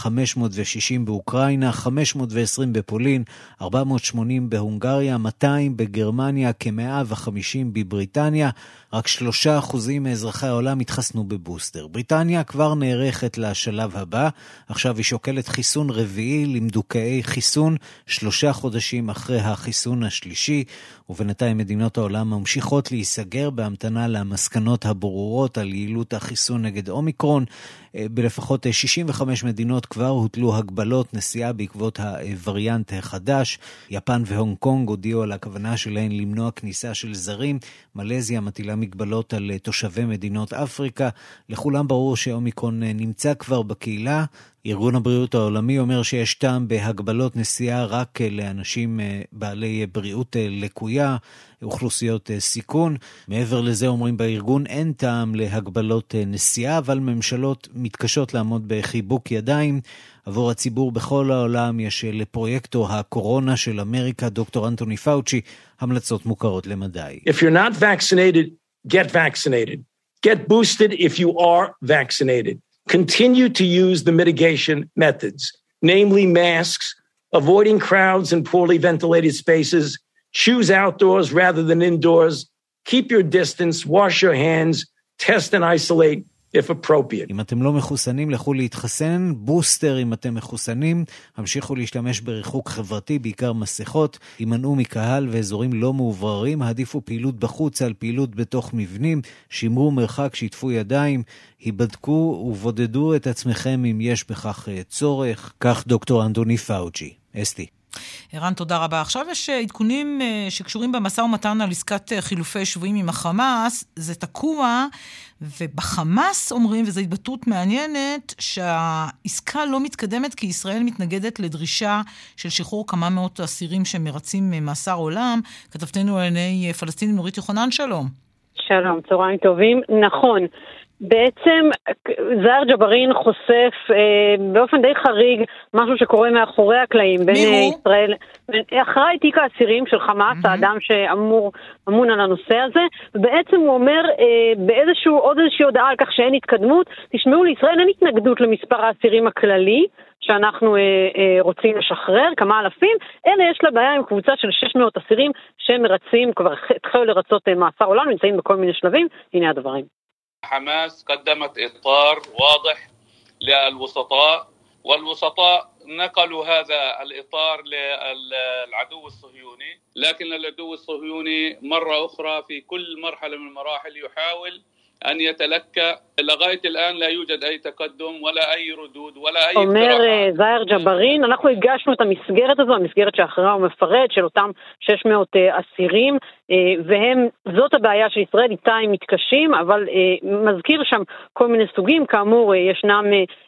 560 באוקראינה, 520 בפולין, 480 בהונגריה, 200 בגרמניה, כ150 בבריטניה. רק 3% מאזרחי העולם התחסנו בבוסטר. בריטניה כבר נערכת לשלב הבא, עכשיו היא שוקלת חיסון רביעי למדוכאי חיסון 3 חודשים אחרי החיסון השלישי, ובינתיים מדינות העולם ממשיכות להיסגר בהמתנה למסקנות הברורות על יעילות החיסון נגד אומיקרון. בלפחות 65 מדינות כבר הוטלו הגבלות נסיעה בעקבות הווריאנט החדש. יפן והונג קונג הודיעו על הכוונה שלהן למנוע כניסה של זרים. מלזיה מטילה מגבלות על תושבי מדינות אפריקה. לכולם ברור שאומיקרון נמצא כבר בקהילה. ארגון הבריאות העולמי אומר שיש טעם בהגבלות נסיעה רק לאנשים בעלי בריאות לקויה, אוכלוסיות סיכון. מעבר לזה אומרים בארגון אין טעם להגבלות נסיעה, אבל ממשלות מתקשות לעמוד בחיבוק ידיים. עבור הציבור בכל העולם יש לפרויקטור הקורונה של אמריקה, דוקטור אנטוני פאוצ'י, המלצות מוכרות למדי. If you're not vaccinated, get vaccinated. Get boosted if you are vaccinated. Continue to use the mitigation methods, namely masks, avoiding crowds in poorly ventilated spaces, choose outdoors rather than indoors, keep your distance, wash your hands, test and isolate if appropriate. אם אתם לא מחוסנים, לכו להתחסן. בוסטר אם אתם מחוסנים, המשיכו להשתמש בריחוק חברתי, בעיקר מסכות, הימנעו מקהל ואזורים לא מעובררים, העדיפו פעילות בחוץ על פעילות בתוך מבנים, שמרו מרחק, שיתפו ידיים, היבדקו ובודדו את עצמכם אם יש בכך צורך. כך דוקטור אנטוני פאוצ'י. אסתי. ערן, תודה רבה. עכשיו יש עדכונים שקשורים במשא ומתן על עסקת חילופי שבויים עם החמאס. זה תקוע, ובחמאס אומרים, וזו התבטאות מעניינת, שהעסקה לא מתקדמת כי ישראל מתנגדת לדרישה של שחרור כמה מאות אסירים שמרצים מאסר עולם. כתבתנו לעיני פלסטינים נורית יוחנן, שלום. שלום, צהריים טובים. נכון. בעצם זהר ג'ברין חושף באופן די חריג משהו שקורה מאחורי הקלעים בין ישראל, אחראי תיק האסירים של חמאס, האדם שאמון על הנושא הזה, ובעצם הוא אומר עוד איזושהי הודעה על כך שאין התקדמות. תשמעו, לישראל אין התנגדות למספר האסירים הכללי שאנחנו רוצים לשחרר, כמה אלפים, אלא יש לה בעיה עם קבוצה של 600 אסירים שמרצים, כבר התחילו לרצות מאסר עולם, נמצאים בכל מיני שלבים. הנה הדברים. حماس قدمت إطار واضح للوسطاء والوسطاء نقلوا هذا الإطار للعدو الصهيوني لكن العدو الصهيوني مرة أخرى في كل مرحلة من المراحل يحاول أن يتلكى. لغاية الآن لا يوجد أي تقدم ولا أي ردود ولا أي אומר זהר ג'ברין, אנחנו הגשנו את המסגרת הזו, המסגרת שאחריה הוא מפרט של אותם 600 אסירים, זאת הבעיה של ישראל, איתה הם מתקשים, אבל מזכיר שם כל מיני סוגים, כאמור ישנם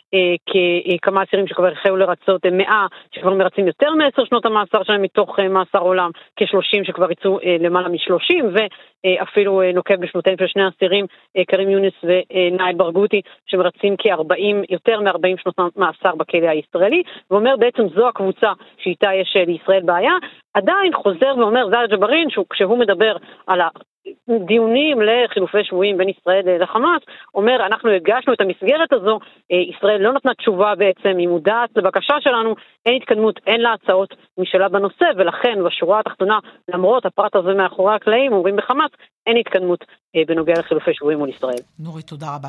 כמה אסירים שכבר החלו לרצות, 100 שכבר מרצים יותר מ10 שנות המאסר שלהם מתוך מאסר עולם, כ30 שכבר יצאו למעלה מ30, ואפילו נוקב בשנותיהם של שני אסירים, קרים יונס ונאיל ברגותי, שמרצים יותר מ40 שנות מאסר בכלא הישראלי, ואומר בעצם זו הקבוצה שאיתה יש לישראל בעיה. עדיין חוזר ואומר זהר ג'ברין, כשהוא מדבר על דיונים לחילופי שבויים בין ישראל לחמאס, אומר אנחנו הגשנו את המסגרת הזו, ישראל לא נתנה תשובה בעצם, היא מודעת לבקשה שלנו, אין התקדמות, אין לה הצעות משלה בנושא, ולכן בשורה התחתונה, למרות הפרט הזה מאחורי הקלעים, אומרים בחמאס, אין התקדמות בנוגע לחילופי שבויים מול ישראל. נורית, תודה רבה.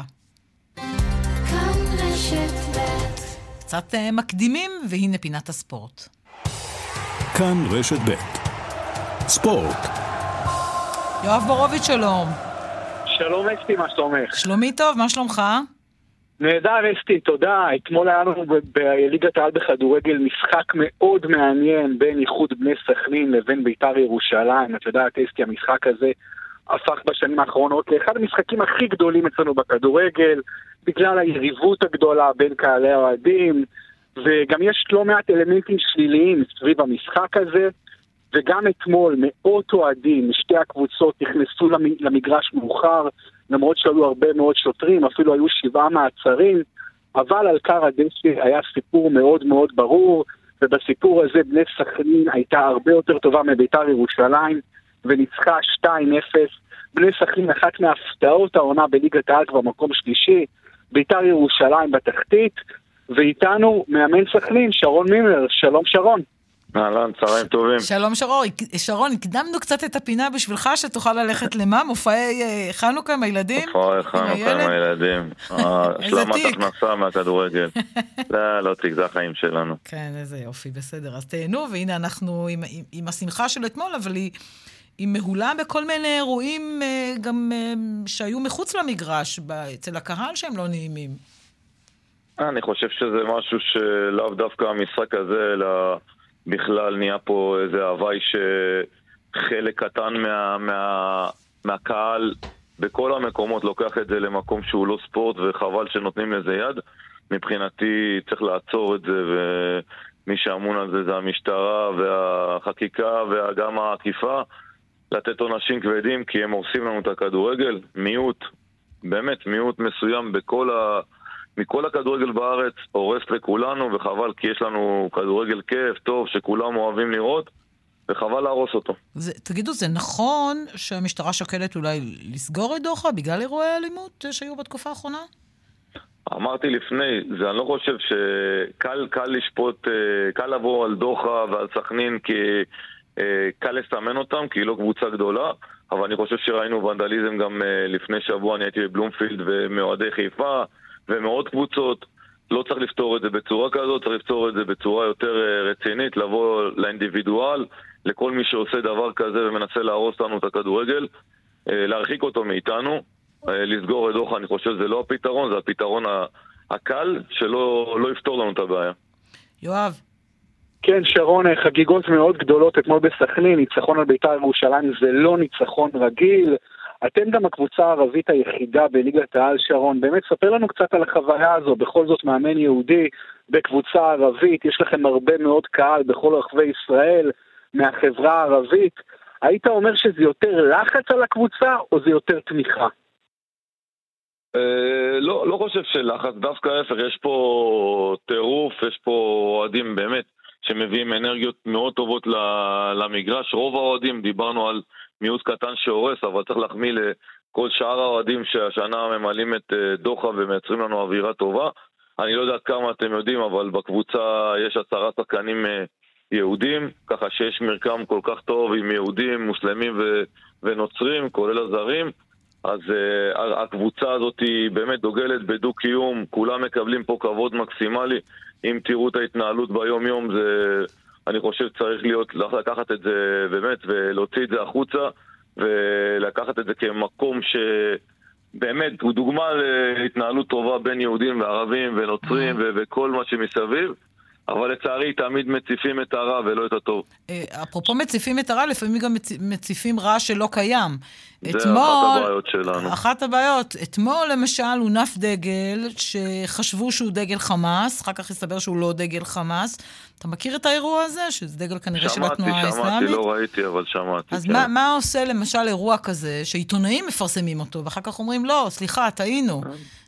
קצת מקדימים, והנה פינת הספורט. כאן רשת ב' ספורט. יואב בורוביץ', שלום. שלום אסתי, מה שאתה אומר? שלומי טוב, מה שלומך? נהדר אסתי, תודה. אתמול היה לנו בליגת העל בכדורגל משחק מאוד מעניין בין איחוד בני סכנין לבין בית"ר ירושלים. את יודעת אסתי, המשחק הזה הפך בשנים האחרונות לאחד המשחקים הכי גדולים אצלנו בכדורגל, בגלל היריבות הגדולה בין קהלי האוהדים, וגם יש לא מעט אלמנטים שליליים סביב המשחק הזה. וגם אתמול מאות אוהדים משתי הקבוצות נכנסו למגרש מאוחר, למרות שהיו הרבה מאוד שוטרים, אפילו היו 7 מעצרים, אבל על קר הדשא היה סיפור מאוד מאוד ברור, ובסיפור הזה בני סכנין הייתה הרבה יותר טובה מביתר ירושלים, וניצחה 2-0. בני סכנין אחת מהפתעות העונה בליגת העל כבר מקום שלישי, ביתר ירושלים בתחתית, ואיתנו מאמן סכנין, שרון מימר. שלום שרון. אהלן, צהריים טובים. שלום שרון, הקדמנו קצת את הפינה בשבילך שתוכל ללכת למה? מופעי חנוכה עם הילדים? מופעי חנוכה עם הילדים. השלמת הכנסה מהכדורגל. לא תיק, זה החיים שלנו. כן, איזה יופי, בסדר. אז תהנו, והנה אנחנו עם השמחה של אתמול, אבל היא מהולה בכל מיני אירועים גם שהיו מחוץ למגרש, אצל הקהל שהם לא נעימים. אני חושב שזה משהו שלאו דווקא המשחק הזה, אלא בכלל נהיה פה איזה הוואי שחלק קטן מהקהל בכל המקומות לוקח את זה למקום שהוא לא ספורט, וחבל שנותנים לזה יד. מבחינתי צריך לעצור את זה, ומי שאמון על זה זה המשטרה והחקיקה וגם העקיפה, לתת עונשים כבדים, כי הם הורסים לנו את הכדורגל. מיעוט, באמת מיעוט מסוים מכל הכדורגל בארץ הורס לכולנו, וחבל, כי יש לנו כדורגל כיף, טוב, שכולם אוהבים לראות, וחבל להרוס אותו. תגידו, זה נכון שהמשטרה שקלת אולי לסגור את דוחה בגלל אירועי האלימות שהיו בתקופה האחרונה? אמרתי לפני, אני לא חושב שקל לשפוט, קל לבוא על דוחה ועל סכנין, כי קל לסמן אותם, כי היא לא קבוצה גדולה, אבל אני חושב שראינו ונדליזם גם לפני שבוע, אני הייתי בבלומפילד ומאוהדי חיפה, ומאוד קבוצות. לא צריך לפתור את זה בצורה כזאת, צריך לפתור את זה בצורה יותר רצינית, לבוא לאינדיבידואל, לכל מי שעושה דבר כזה ומנסה להרוס לנו את הכדורגל, להרחיק אותו מאיתנו, לסגור את דוחה. אני חושב שזה לא הפתרון, זה הפתרון הקל שלא יפתור לנו את הבעיה. יואב. כן, שרון, חגיגות מאוד גדולות אתמול בסכנין, ניצחון על ביתר ירושלים זה לא ניצחון רגיל. אתם גם הקבוצה הערבית היחידה בליגת העל, שרון. באמת, ספר לנו קצת על החוויה הזו, בכל זאת מאמן יהודי בקבוצה ערבית, יש לכם הרבה מאוד קהל בכל רחבי ישראל מהחברה הערבית. היית אומר שזה יותר לחץ על הקבוצה או זה יותר תמיכה? לא חושב שלחץ, דווקא ההפך, יש פה טירוף, יש פה אוהדים באמת שמביאים אנרגיות מאוד טובות למגרש. רוב האוהדים, דיברנו על מיעוט קטן שהורס, אבל צריך להחמיא לכל שאר האוהדים שהשנה ממלאים את דוחה ומייצרים לנו אווירה טובה. אני לא יודע כמה אתם יודעים, אבל בקבוצה יש 10 שחקנים יהודים, ככה שיש מרקם כל כך טוב עם יהודים, מוסלמים ונוצרים, כולל הזרים. אז הקבוצה הזאת היא באמת דוגלת בדו-קיום, כולם מקבלים פה כבוד מקסימלי. אם תראו את ההתנהלות ביום יום, אני חושב צריך לקחת את זה באמת ולהוציא את זה החוצה, ולקחת את זה כמקום שבאמת הוא דוגמה להתנהלות טובה בין יהודים וערבים ונוצרים וכל מה שמסביב. אבל לצערי תמיד מציפים את הרע ולא את הטוב. אפרופו מציפים את הרע, לפעמים גם מציפים רע שלא קיים. זה אחת הבעיות שלנו. אחת הבעיות. אתמול למשל הונף דגל שחשבו שהוא דגל חמאס, אחר כך הסתבר שהוא לא דגל חמאס. אתה מכיר את האירוע הזה? שזה דגל כנראה של התנועה האסלאמית? שמעתי, לא ראיתי, אבל שמעתי. אז מה עושה למשל אירוע כזה, שעיתונאים מפרסמים אותו, ואחר כך אומרים, לא, סליחה, טעינו.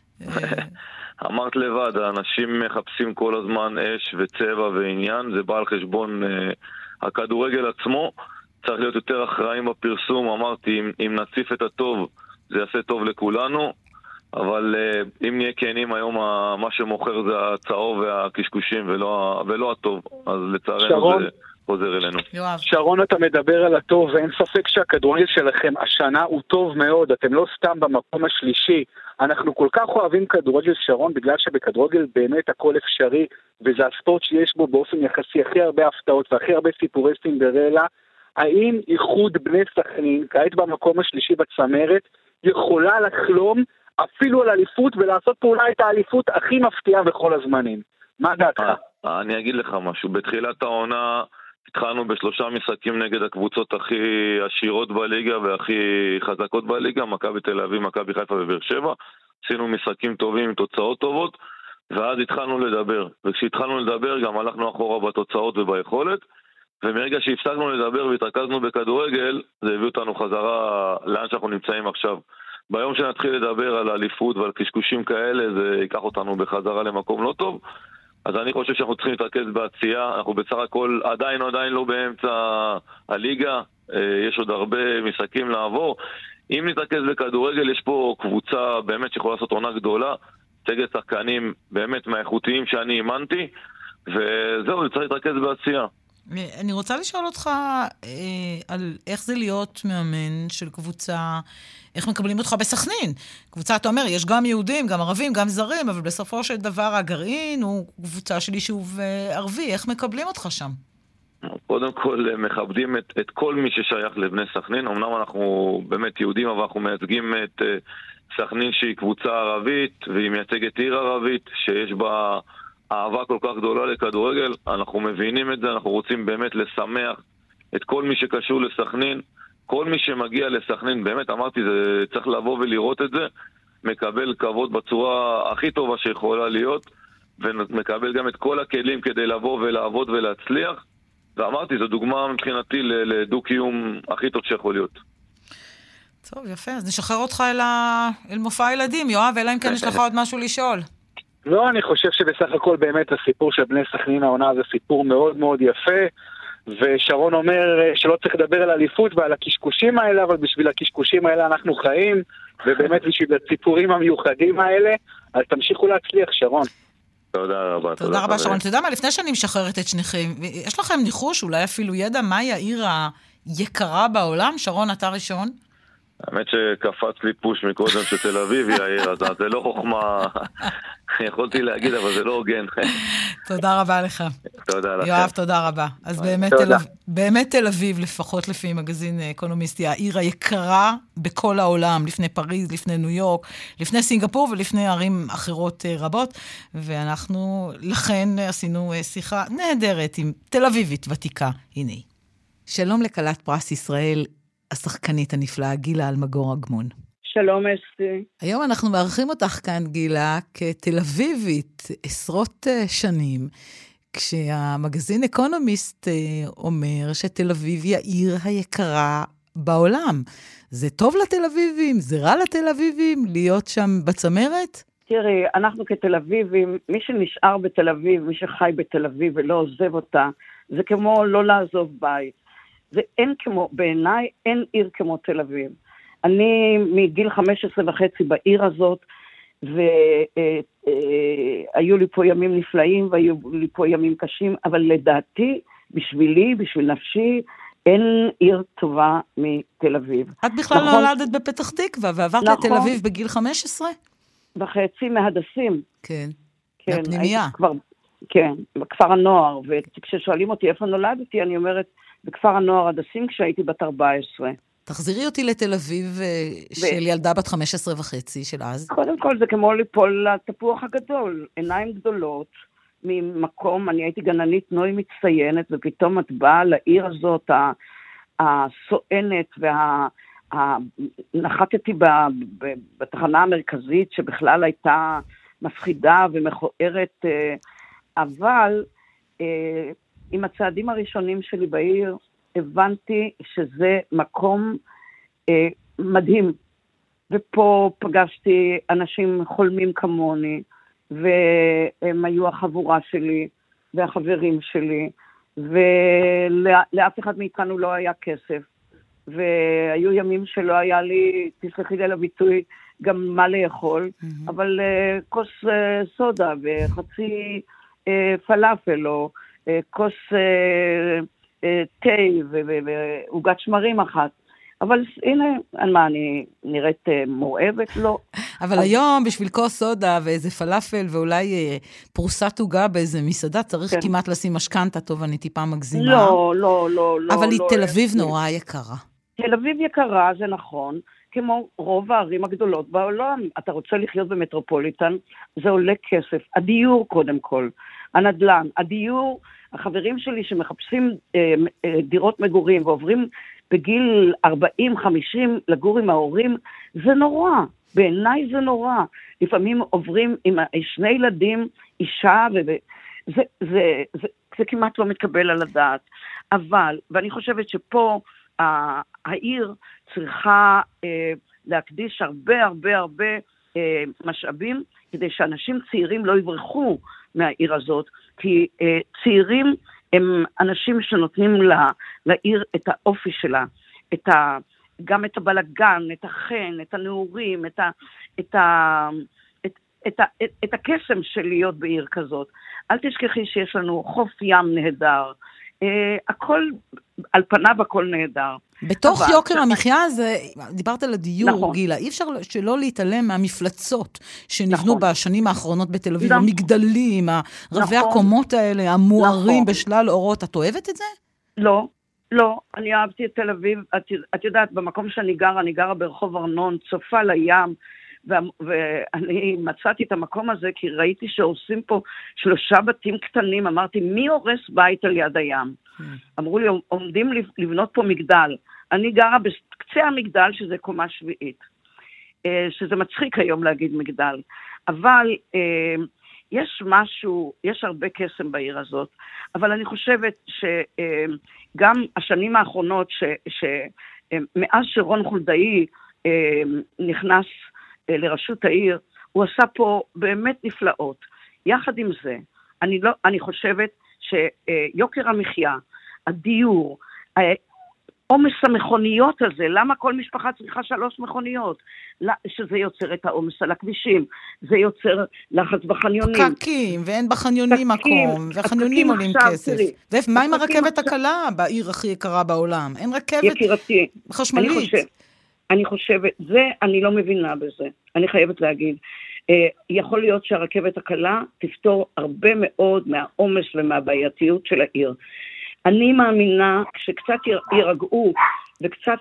אמרת לבד, האנשים מחפשים כל הזמן אש וצבע ועניין, זה בא על חשבון הכדורגל עצמו, צריך להיות יותר אחראים בפרסום. אמרתי, אם נציף את הטוב, זה יעשה טוב לכולנו, אבל אם נהיה כנים היום, מה שמוכר זה הצהוב והקשקושים ולא הטוב, אז לצערנו זה חוזר אלינו. שרון, אתה מדבר על הטוב, ואין ספק שהכדורגל שלכם השנה הוא טוב מאוד, אתם לא סתם במקום השלישי. אנחנו כל כך אוהבים כדורגל, שרון, בגלל שבכדורגל באמת הכל אפשרי, וזה הספורט שיש בו באופן יחסי הכי הרבה הפתעות והכי הרבה סיפורי סינדרלה. האם איחוד בני סכנין, כעת במקום השלישי בצמרת, יכולה לחלום אפילו על אליפות ולעשות פעולה את האליפות הכי מפתיעה בכל הזמנים? מה דעתך? אני אגיד לך משהו. בתחילת העונה התחלנו ב3 משחקים נגד הקבוצות הכי עשירות בליגה והכי חזקות בליגה, מכבי תל אביב, מכבי חיפה ובאר שבע. עשינו משחקים טובים עם תוצאות טובות, ואז התחלנו לדבר. וכשהתחלנו לדבר גם הלכנו אחורה בתוצאות וביכולת, ומרגע שהפסקנו לדבר והתרכזנו בכדורגל, זה הביא אותנו חזרה לאן שאנחנו נמצאים עכשיו. ביום שנתחיל לדבר על האליפות ועל קשקושים כאלה, זה ייקח אותנו בחזרה למקום לא טוב. אז אני חושב שאנחנו צריכים להתרכז בעשייה, אנחנו בסך הכל עדיין לא באמצע הליגה, יש עוד הרבה משחקים לעבור. אם נתרכז בכדורגל, יש פה קבוצה באמת שיכולה לעשות עונה גדולה, סגל שחקנים באמת מהאיכותיים שאני אימנתי, וזהו, צריך להתרכז בעשייה. אני רוצה לשאול אותך על איך זה להיות מאמן של קבוצה, איך מקבלים אותך בסכנין. קבוצה, אתה אומר, יש גם יהודים, גם ערבים, גם זרים, אבל בסופו של דבר הגרעין הוא קבוצה של יישוב ערבי. איך מקבלים אותך שם? קודם כל מכבדים את כל מי ששייך לבני סכנין. אמנם אנחנו באמת יהודים, אבל אנחנו מייצגים את סכנין שהיא קבוצה ערבית, והיא מייצגת עיר ערבית שיש בה אהבה כל כך גדולה לכדורגל. אנחנו מבינים את זה, אנחנו רוצים באמת לשמח את כל מי שקשור לסכנין. כל מי שמגיע לסכנין, באמת אמרתי, זה צריך לבוא ולראות את זה, מקבל כבוד בצורה הכי טובה שיכולה להיות, ומקבל גם את כל הכלים כדי לבוא ולעבוד ולהצליח. ואמרתי, זו דוגמה מבחינתי לדו-קיום הכי טוב שיכול להיות. טוב, יפה. אז נשחרר אותך אל מופע הילדים, יואב, אלא אם כן יש לך עוד משהו לשאול. לא, אני חושב שבסך הכל באמת הסיפור של בני סכנין העונה זה סיפור מאוד מאוד יפה, ושרון אומר שלא צריך לדבר על אליפות ועל הקשקושים האלה, אבל בשביל הקשקושים האלה אנחנו חיים, ובאמת בשביל הסיפורים המיוחדים האלה, אז תמשיכו להצליח, שרון. תודה רבה. תודה רבה, שרון. אתה יודע מה, לפני שאני משחררת את שניכם, יש לכם ניחוש, אולי אפילו ידע, מהי העיר היקרה בעולם? שרון, אתה ראשון? האמת שקפץ לי פוש מקודם שתל אביב היא העיר, אז זה לא חוכמה, יכולתי להגיד, אבל זה לא הוגן. תודה רבה לך. תודה לכם. יואב, תודה רבה. אז באמת תל אביב, לפחות לפי מגזין אקונומיסטי, העיר היקרה בכל העולם, לפני פריז, לפני ניו יורק, לפני סינגפור ולפני ערים אחרות רבות, ואנחנו לכן עשינו שיחה נהדרת עם תל אביבית ותיקה. הנה. שלום לכלת פרס ישראל, השחקנית הנפלאה, גילה אלמגור אגמון. שלום אסתי. היום אנחנו מארחים אותך כאן, גילה, כתל אביבית עשרות שנים, כשהמגזין אקונומיסט אומר שתל אביב היא העיר היקרה בעולם. זה טוב לתל אביבים? זה רע לתל אביבים להיות שם בצמרת? תראי, אנחנו כתל אביבים, מי שנשאר בתל אביב, מי שחי בתל אביב ולא עוזב אותה, זה כמו לא לעזוב בית. זה אין כמו, בעיניי אין עיר כמו תל אביב. אני מגיל 15.5 בעיר הזאת, והיו לי פה ימים נפלאים, והיו לי פה ימים קשים, אבל לדעתי, בשבילי, בשביל נפשי, אין עיר טובה מתל אביב. את בכלל נכון, נולדת בפתח תקווה, ועברת נכון, לתל אביב בגיל 15? בחצי מהדסים. כן, מהפנימייה. כן, בכפר הנוער, וכששואלים אותי איפה נולדתי, אני אומרת, בכפר הנוער הדסים כשהייתי בת 14. תחזירי אותי לתל אביב של ילדה בת 15.5 של אז. קודם כל זה כמו ליפול לתפוח הגדול, עיניים גדולות, ממקום, אני הייתי גננית נוי מצטיינת, ופתאום את באה לעיר הזאת, הסואנת, נחתתי בתחנה המרכזית, שבכלל הייתה מפחידה ומכוערת, אבל עם הצעדים הראשונים שלי בעיר, הבנתי שזה מקום מדהים. ופה פגשתי אנשים חולמים כמוני, והם היו החבורה שלי, והחברים שלי, ולאף אחד מאיתנו לא היה כסף. והיו ימים שלא היה לי, תסלחי לי על הביטוי, גם מה לאכול, אבל כוס סודה וחצי פלאפל, או כוס תה ועוגת שמרים אחת. אבל הנה, מה, אני נראית מורעבת? לא. אבל היום, בשביל כוס סודה ואיזה פלאפל, ואולי פרוסת עוגה באיזה מסעדה, צריך כמעט לשים משכנתה. טוב, אני טיפה מגזימה. לא. אבל היא תל אביב נורא יקרה. תל אביב יקרה, זה נכון, כמו רוב הערים הגדולות בעולם. אתה רוצה לחיות במטרופוליטן, זה עולה כסף. הדיור קודם כל, הנדל"ן, הדיור, החברים שלי שמחפשים דירות מגורים ועוברים בגיל 40-50 לגור עם ההורים, זה נורא, בעיניי זה נורא. לפעמים עוברים עם שני ילדים, אישה, זה כמעט לא מתקבל על הדעת. אבל, ואני חושבת שפה העיר צריכה להקדיש הרבה משאבים, כדי שאנשים צעירים לא יברחו מהעיר הזאת, כי צעירים הם אנשים שנותנים לעיר את האופי שלה, גם את הבלגן, את החן, את הנעורים, את הקסם של להיות בעיר כזאת. אל תשכחי שיש לנו חוף ים נהדר, הכל, על פניו הכל נהדר. בתוך יוקר המחיה הזה, דיברת על הדיור, גילה, אי אפשר שלא להתעלם מהמפלצות שנבנו בשנים האחרונות בתל אביב, המגדלים, רבי הקומות האלה, המוארים בשלל אורות, את אוהבת את זה? לא, אני אהבתי את תל אביב, את יודעת, במקום שאני גרה ברחוב ארנון, צופה לים, ואני מצאתי את המקום הזה, כי ראיתי שעושים פה 3 בתים קטנים, אמרתי, מי הורס בית על יד הים? אמרו לי, עומדים לבנות פה מגדל. אני גרה בקצה המגדל, שזה קומה שביעית, שזה מצחיק היום להגיד מגדל, אבל יש משהו, יש הרבה קסם בעיר הזאת, אבל אני חושבת שגם השנים האחרונות, שמאז שרון חולדאי נכנס לרשות העיר, הוא עשה פה באמת נפלאות. יחד עם זה, אני חושבת שיוקר המחיה, הדיור, עומס המכוניות הזה, למה כל משפחה צריכה 3 מכוניות? שזה יוצר את העומס על הכבישים, זה יוצר לחץ בחניונים. פקקים, ואין בחניונים מקום, והחניונים עולים כסף. ומה עם הרכבת הקלה בעיר הכי יקרה בעולם? אין רכבת חשמלית. אני חושבת, זה אני לא מבינה בזה, אני חייבת להגיד. יכול להיות שהרכבת הקלה תפתור הרבה מאוד מהעומס ומהבעייתיות של העיר. אני מאמינה שקצת יירגעו וקצת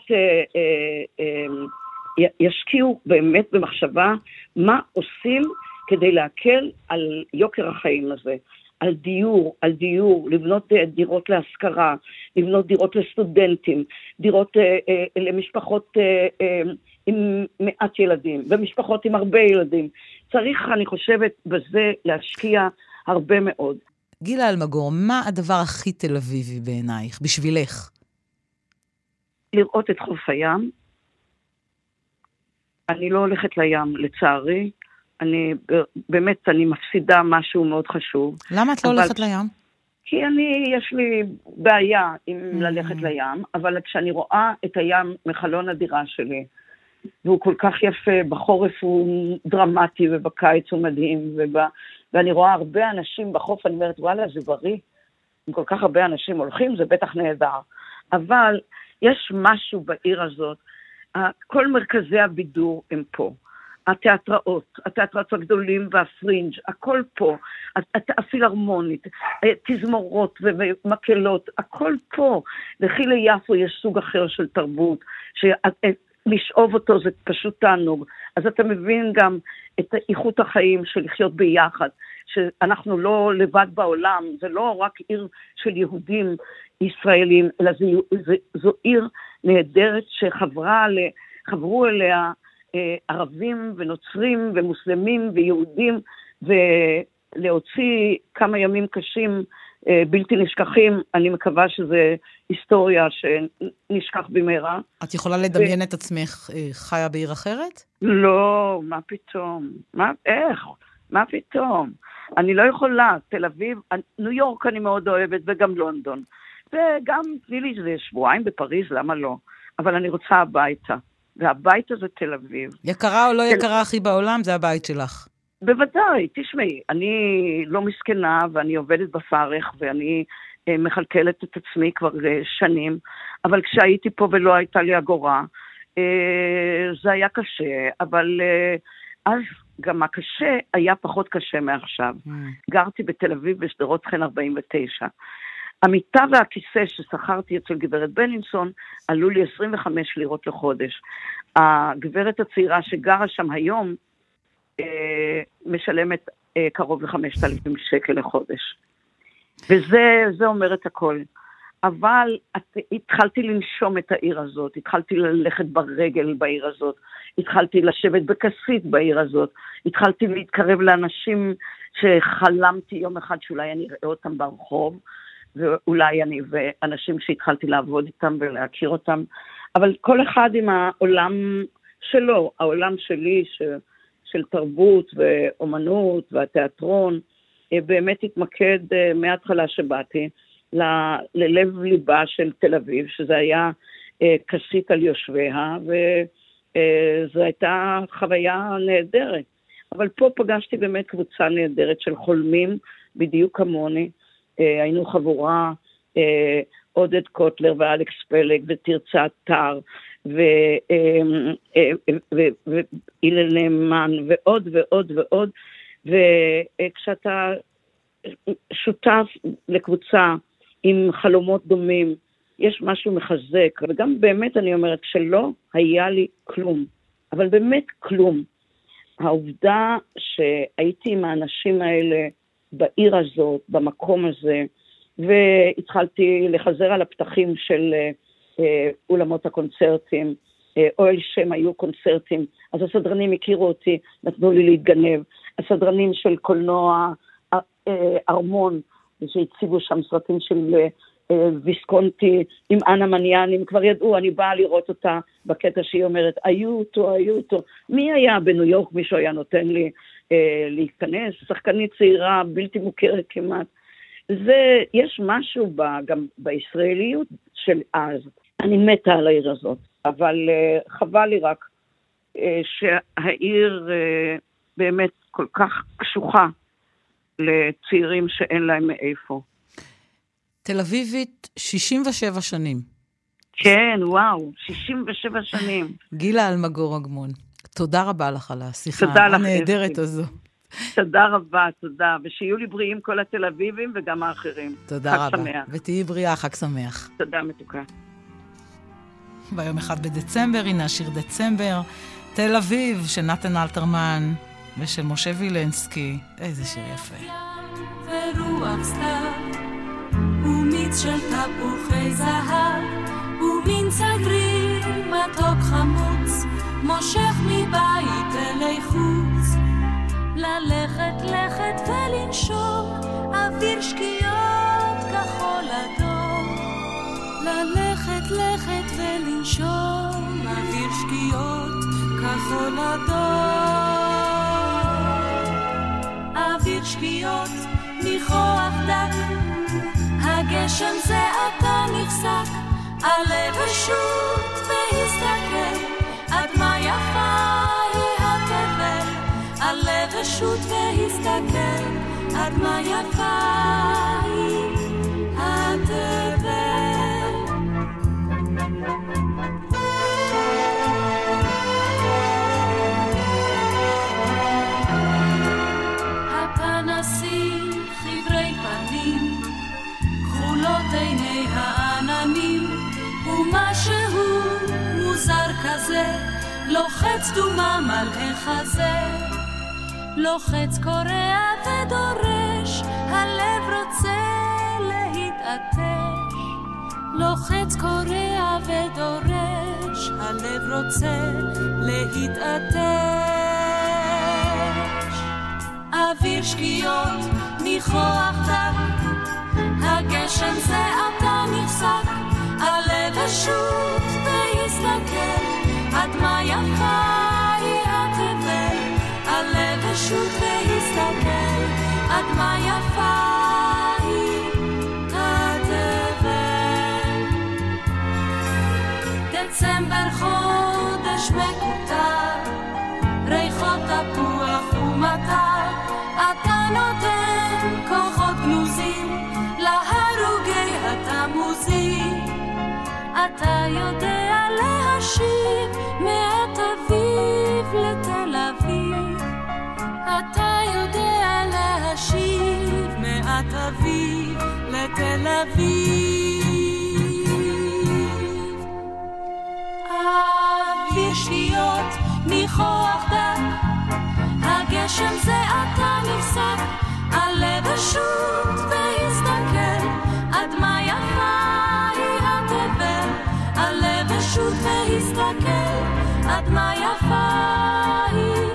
ישקיעו באמת במחשבה מה עושים כדי להקל על יוקר החיים הזה, על דיור, לבנות דירות להשכרה, לבנות דירות לסטודנטים, דירות למשפחות עם מעט ילדים, ומשפחות עם הרבה ילדים. צריך, אני חושבת, בזה להשקיע הרבה מאוד. גילה אלמגור, מה הדבר הכי תל אביבי בעינייך, בשבילך? לראות את חוף הים. אני לא הולכת לים, לצערי. באמת, אני מפסידה משהו מאוד חשוב. למה את לא הולכת לים? כי יש לי בעיה עם ללכת לים, אבל כשאני רואה את הים מחלון הדירה שלי, והוא כל כך יפה, בחורף הוא דרמטי, ובקיץ הוא מדהים, ואני רואה הרבה אנשים בחוף, אני אומרת, וואלה, זה בריא. אם כל כך הרבה אנשים הולכים, זה בטח נהדר. אבל יש משהו בעיר הזאת, כל מרכזי הבידור הם פה. התיאטראות הגדולים והפרינג', הכל פה, הפילהרמונית, תזמורות ומקהלות, הכל פה. לכי ליפו יש סוג אחר של תרבות, לשאוב אותו זה פשוט תענוג. אז אתה מבין גם את איכות החיים של לחיות ביחד, שאנחנו לא לבד בעולם, זה לא רק עיר של יהודים ישראלים, אלא זו עיר נהדרת שחברו אליה ערבים ונוצרים ומוסלמים ויהודים, ולהוציא כמה ימים קשים בלתי נשכחים, אני מקווה שזה היסטוריה שנשכח במהרה. את יכולה לדמיין את עצמך חיה בעיר אחרת? לא, מה פתאום? מה פתאום? אני לא יכולה, תל אביב, ניו יורק אני מאוד אוהבת, וגם לונדון. וגם, תני לי איזה שבועיים בפריז, למה לא? אבל אני רוצה הביתה. והבית הזה תל אביב. יקרה או לא יקרה הכי בעולם, זה הבית שלך. בוודאי, תשמעי, אני לא מסכנה, ואני עובדת בפרך, ואני מחלקלת את עצמי כבר שנים, אבל כשהייתי פה ולא הייתה לי אגורה, זה היה קשה, אבל אז גם הקשה היה פחות קשה מעכשיו. גרתי בתל אביב בשדרות חן 49. המיטה והכיסא ששכרתי אצל גברת בנינסון, עלו לי 25 לירות לחודש. הגברת הצעירה שגרה שם היום, משלמת קרוב ל5,000 שקל לחודש. וזה אומר את הכל. אבל התחלתי לנשום את העיר הזאת, התחלתי ללכת ברגל בעיר הזאת, התחלתי לשבת בכסית בעיר הזאת, התחלתי להתקרב לאנשים שחלמתי יום אחד שאולי אני אראה אותם ברחוב, ואולי אני ואנשים שהתחלתי לעבוד איתם ולהכיר אותם, אבל כל אחד עם העולם שלו, העולם שלי של תרבות ואומנות והתיאטרון, באמת התמקד מההתחלה שבאתי ללב ליבה של תל אביב, שזה היה כסית על יושביה, וזו הייתה חוויה נהדרת. אבל פה פגשתי באמת קבוצה נהדרת של חולמים, בדיוק כמוני. היינו חבורה, עודד קוטלר ואלכס פלג ותרצה טר, ואילל נאמן ועוד ועוד ועוד, וכשאתה שותף לקבוצה עם חלומות דומים, יש משהו מחזק, וגם באמת אני אומרת שלא היה לי כלום, אבל באמת כלום. העובדה שהייתי עם האנשים האלה בעיר הזאת, במקום הזה, והתחלתי לחזר על הפתחים של אולמות הקונצרטים, אוהל שם היו קונצרטים, אז הסדרנים הכירו אותי, נתנו לי להתגנב, הסדרנים של קולנוע ארמון, שהציבו שם סרטים של ויסקונטי עם אנה מניאנים, כבר ידעו, אני באה לראות אותה בקטע שהיא אומרת, היו אותו, מי היה בניו יורק, מישהו היה נותן לי להיכנס, שחקנית צעירה, בלתי מוכרת כמעט, יש משהו גם בישראליות של אז, אני מתה על העיר הזאת, אבל חבל לי רק שהעיר באמת כל כך קשוחה לצעירים שאין להם מאיפה. תל אביבית 67 שנים. כן, וואו, 67 שנים. גילה אלמגור אגמון, תודה רבה לך על השיחה הנהדרת הזו. תודה רבה, תודה. ושיהיו לי בריאים כל התל אביבים וגם האחרים. תודה רבה. ותהיי בריאה, חג שמח. תודה מתוקה. ביום 1 בדצמבר, הנה השיר דצמבר, תל אביב, של נתן אלתרמן ושל משה וילנסקי. איזה שיר יפה. ורוח סתיו, ומיץ של תפוחי זהב, ומין צגרי מתוק חמוץ, מושך מבית אלי חוץ. ללכת ולנשום אוויר שקיעות כחול אדום. ללכת ולנשום אוויר שקיעות כחול אדום. אוויר שקיעות ניחוח דק, הגשם זה עתה נפסק, עלה ושוט והסתכל, עד מה יפה היא התבל. עלה ושוט והסתכל, עד מה יפה היא התבל. הפנסים חברי פנים, כחולות עיני העננים, ומשהו מוזר כזה לוחץ דומם על החזה. לוחץ קורע ודורש, הלב רוצה להתעטש. לוחץ קורע ודורש, הלב רוצה להתעטש. אוויר שקיעות ניחוח דק, הגשם זה עתה נפסק, עלה ושוט והסתכל, עד מה יפה היא התבל. עלה ושוט והסתכל, עד מה יפה היא התבל. דצמבר חודש מקוטר, ריחות תפוח ומטר, אתה נותן כוחות גנוזים להרוגי התמוזים. אתה יודע להשיב מעט אביב לתל אביב. אתה יודע להשיב מעט אביב לתל אביב. אוויר שקיעות ניחוח דק, הגשם זה עתה נפסק, עלה ושוט והסתכל, עד מה יפה היא התבל. עלה ושוט והסתכל, עד מה יפה היא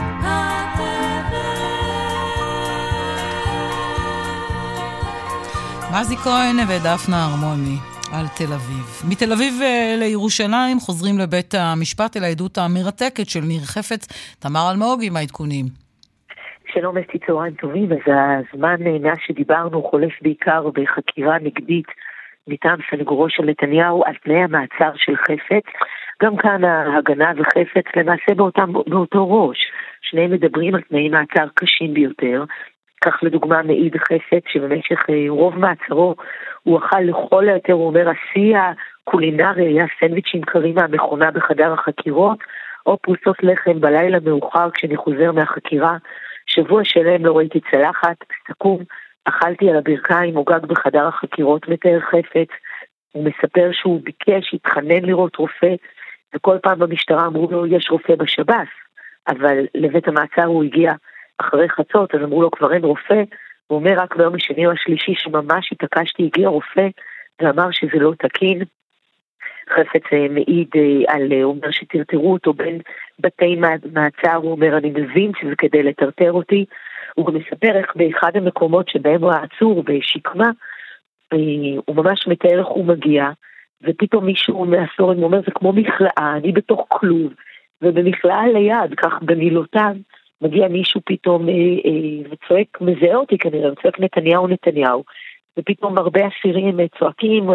מזי כהן ודפנה הרמוני על תל אביב. מתל אביב לירושלים חוזרים לבית המשפט אל העדות המרתקת של ניר חפץ. תמר אלמוג עם העדכונים. שלום, אסתי, צהריים טובים. אז הזמן מאז שדיברנו חולף בעיקר בחקירה נגדית מטעם סנגורו של נתניהו על תנאי המעצר של חפץ. גם כאן ההגנה וחפץ למעשה באותו ראש. שניהם מדברים על תנאי מעצר קשים ביותר. כך לדוגמה מעיד חפץ שבמשך רוב מעצרו הוא אכל לכל היותר, הוא אומר, השיא הקולינרי היה סנדוויצ'ים קרים מהמכונה בחדר החקירות, או פרוסות לחם בלילה מאוחר כשאני חוזר מהחקירה. שבוע שלם לא ראיתי צלחת, סכום, אכלתי על הברכיים או גג בחדר החקירות, מתאר חפץ. הוא מספר שהוא ביקש, התחנן לראות רופא, וכל פעם במשטרה אמרו לו, יש רופא בשב"ס, אבל לבית המעצר הוא הגיע אחרי חצות, אז אמרו לו, כבר אין רופא. הוא אומר, רק ביום השני או השלישי שממש התעקשתי, הגיע רופא, ואמר שזה לא תקין. חפץ מעיד הוא אומר שטרטרו אותו בין בתי מעצר, הוא אומר, אני מבין שזה כדי לטרטר אותי. הוא גם מספר איך באחד המקומות שבהם הוא העצור בשקמה, הוא ממש מתאר איך הוא מגיע, ופתאום מישהו מהסורן אומר, זה כמו מכלאה, אני בתוך כלוב, ובמכלאה ליד, כך במילותיו, מגיע מישהו פתאום וצועק, מזהה אותי כנראה, וצועק נתניהו, ופתאום הרבה אסירים צועקים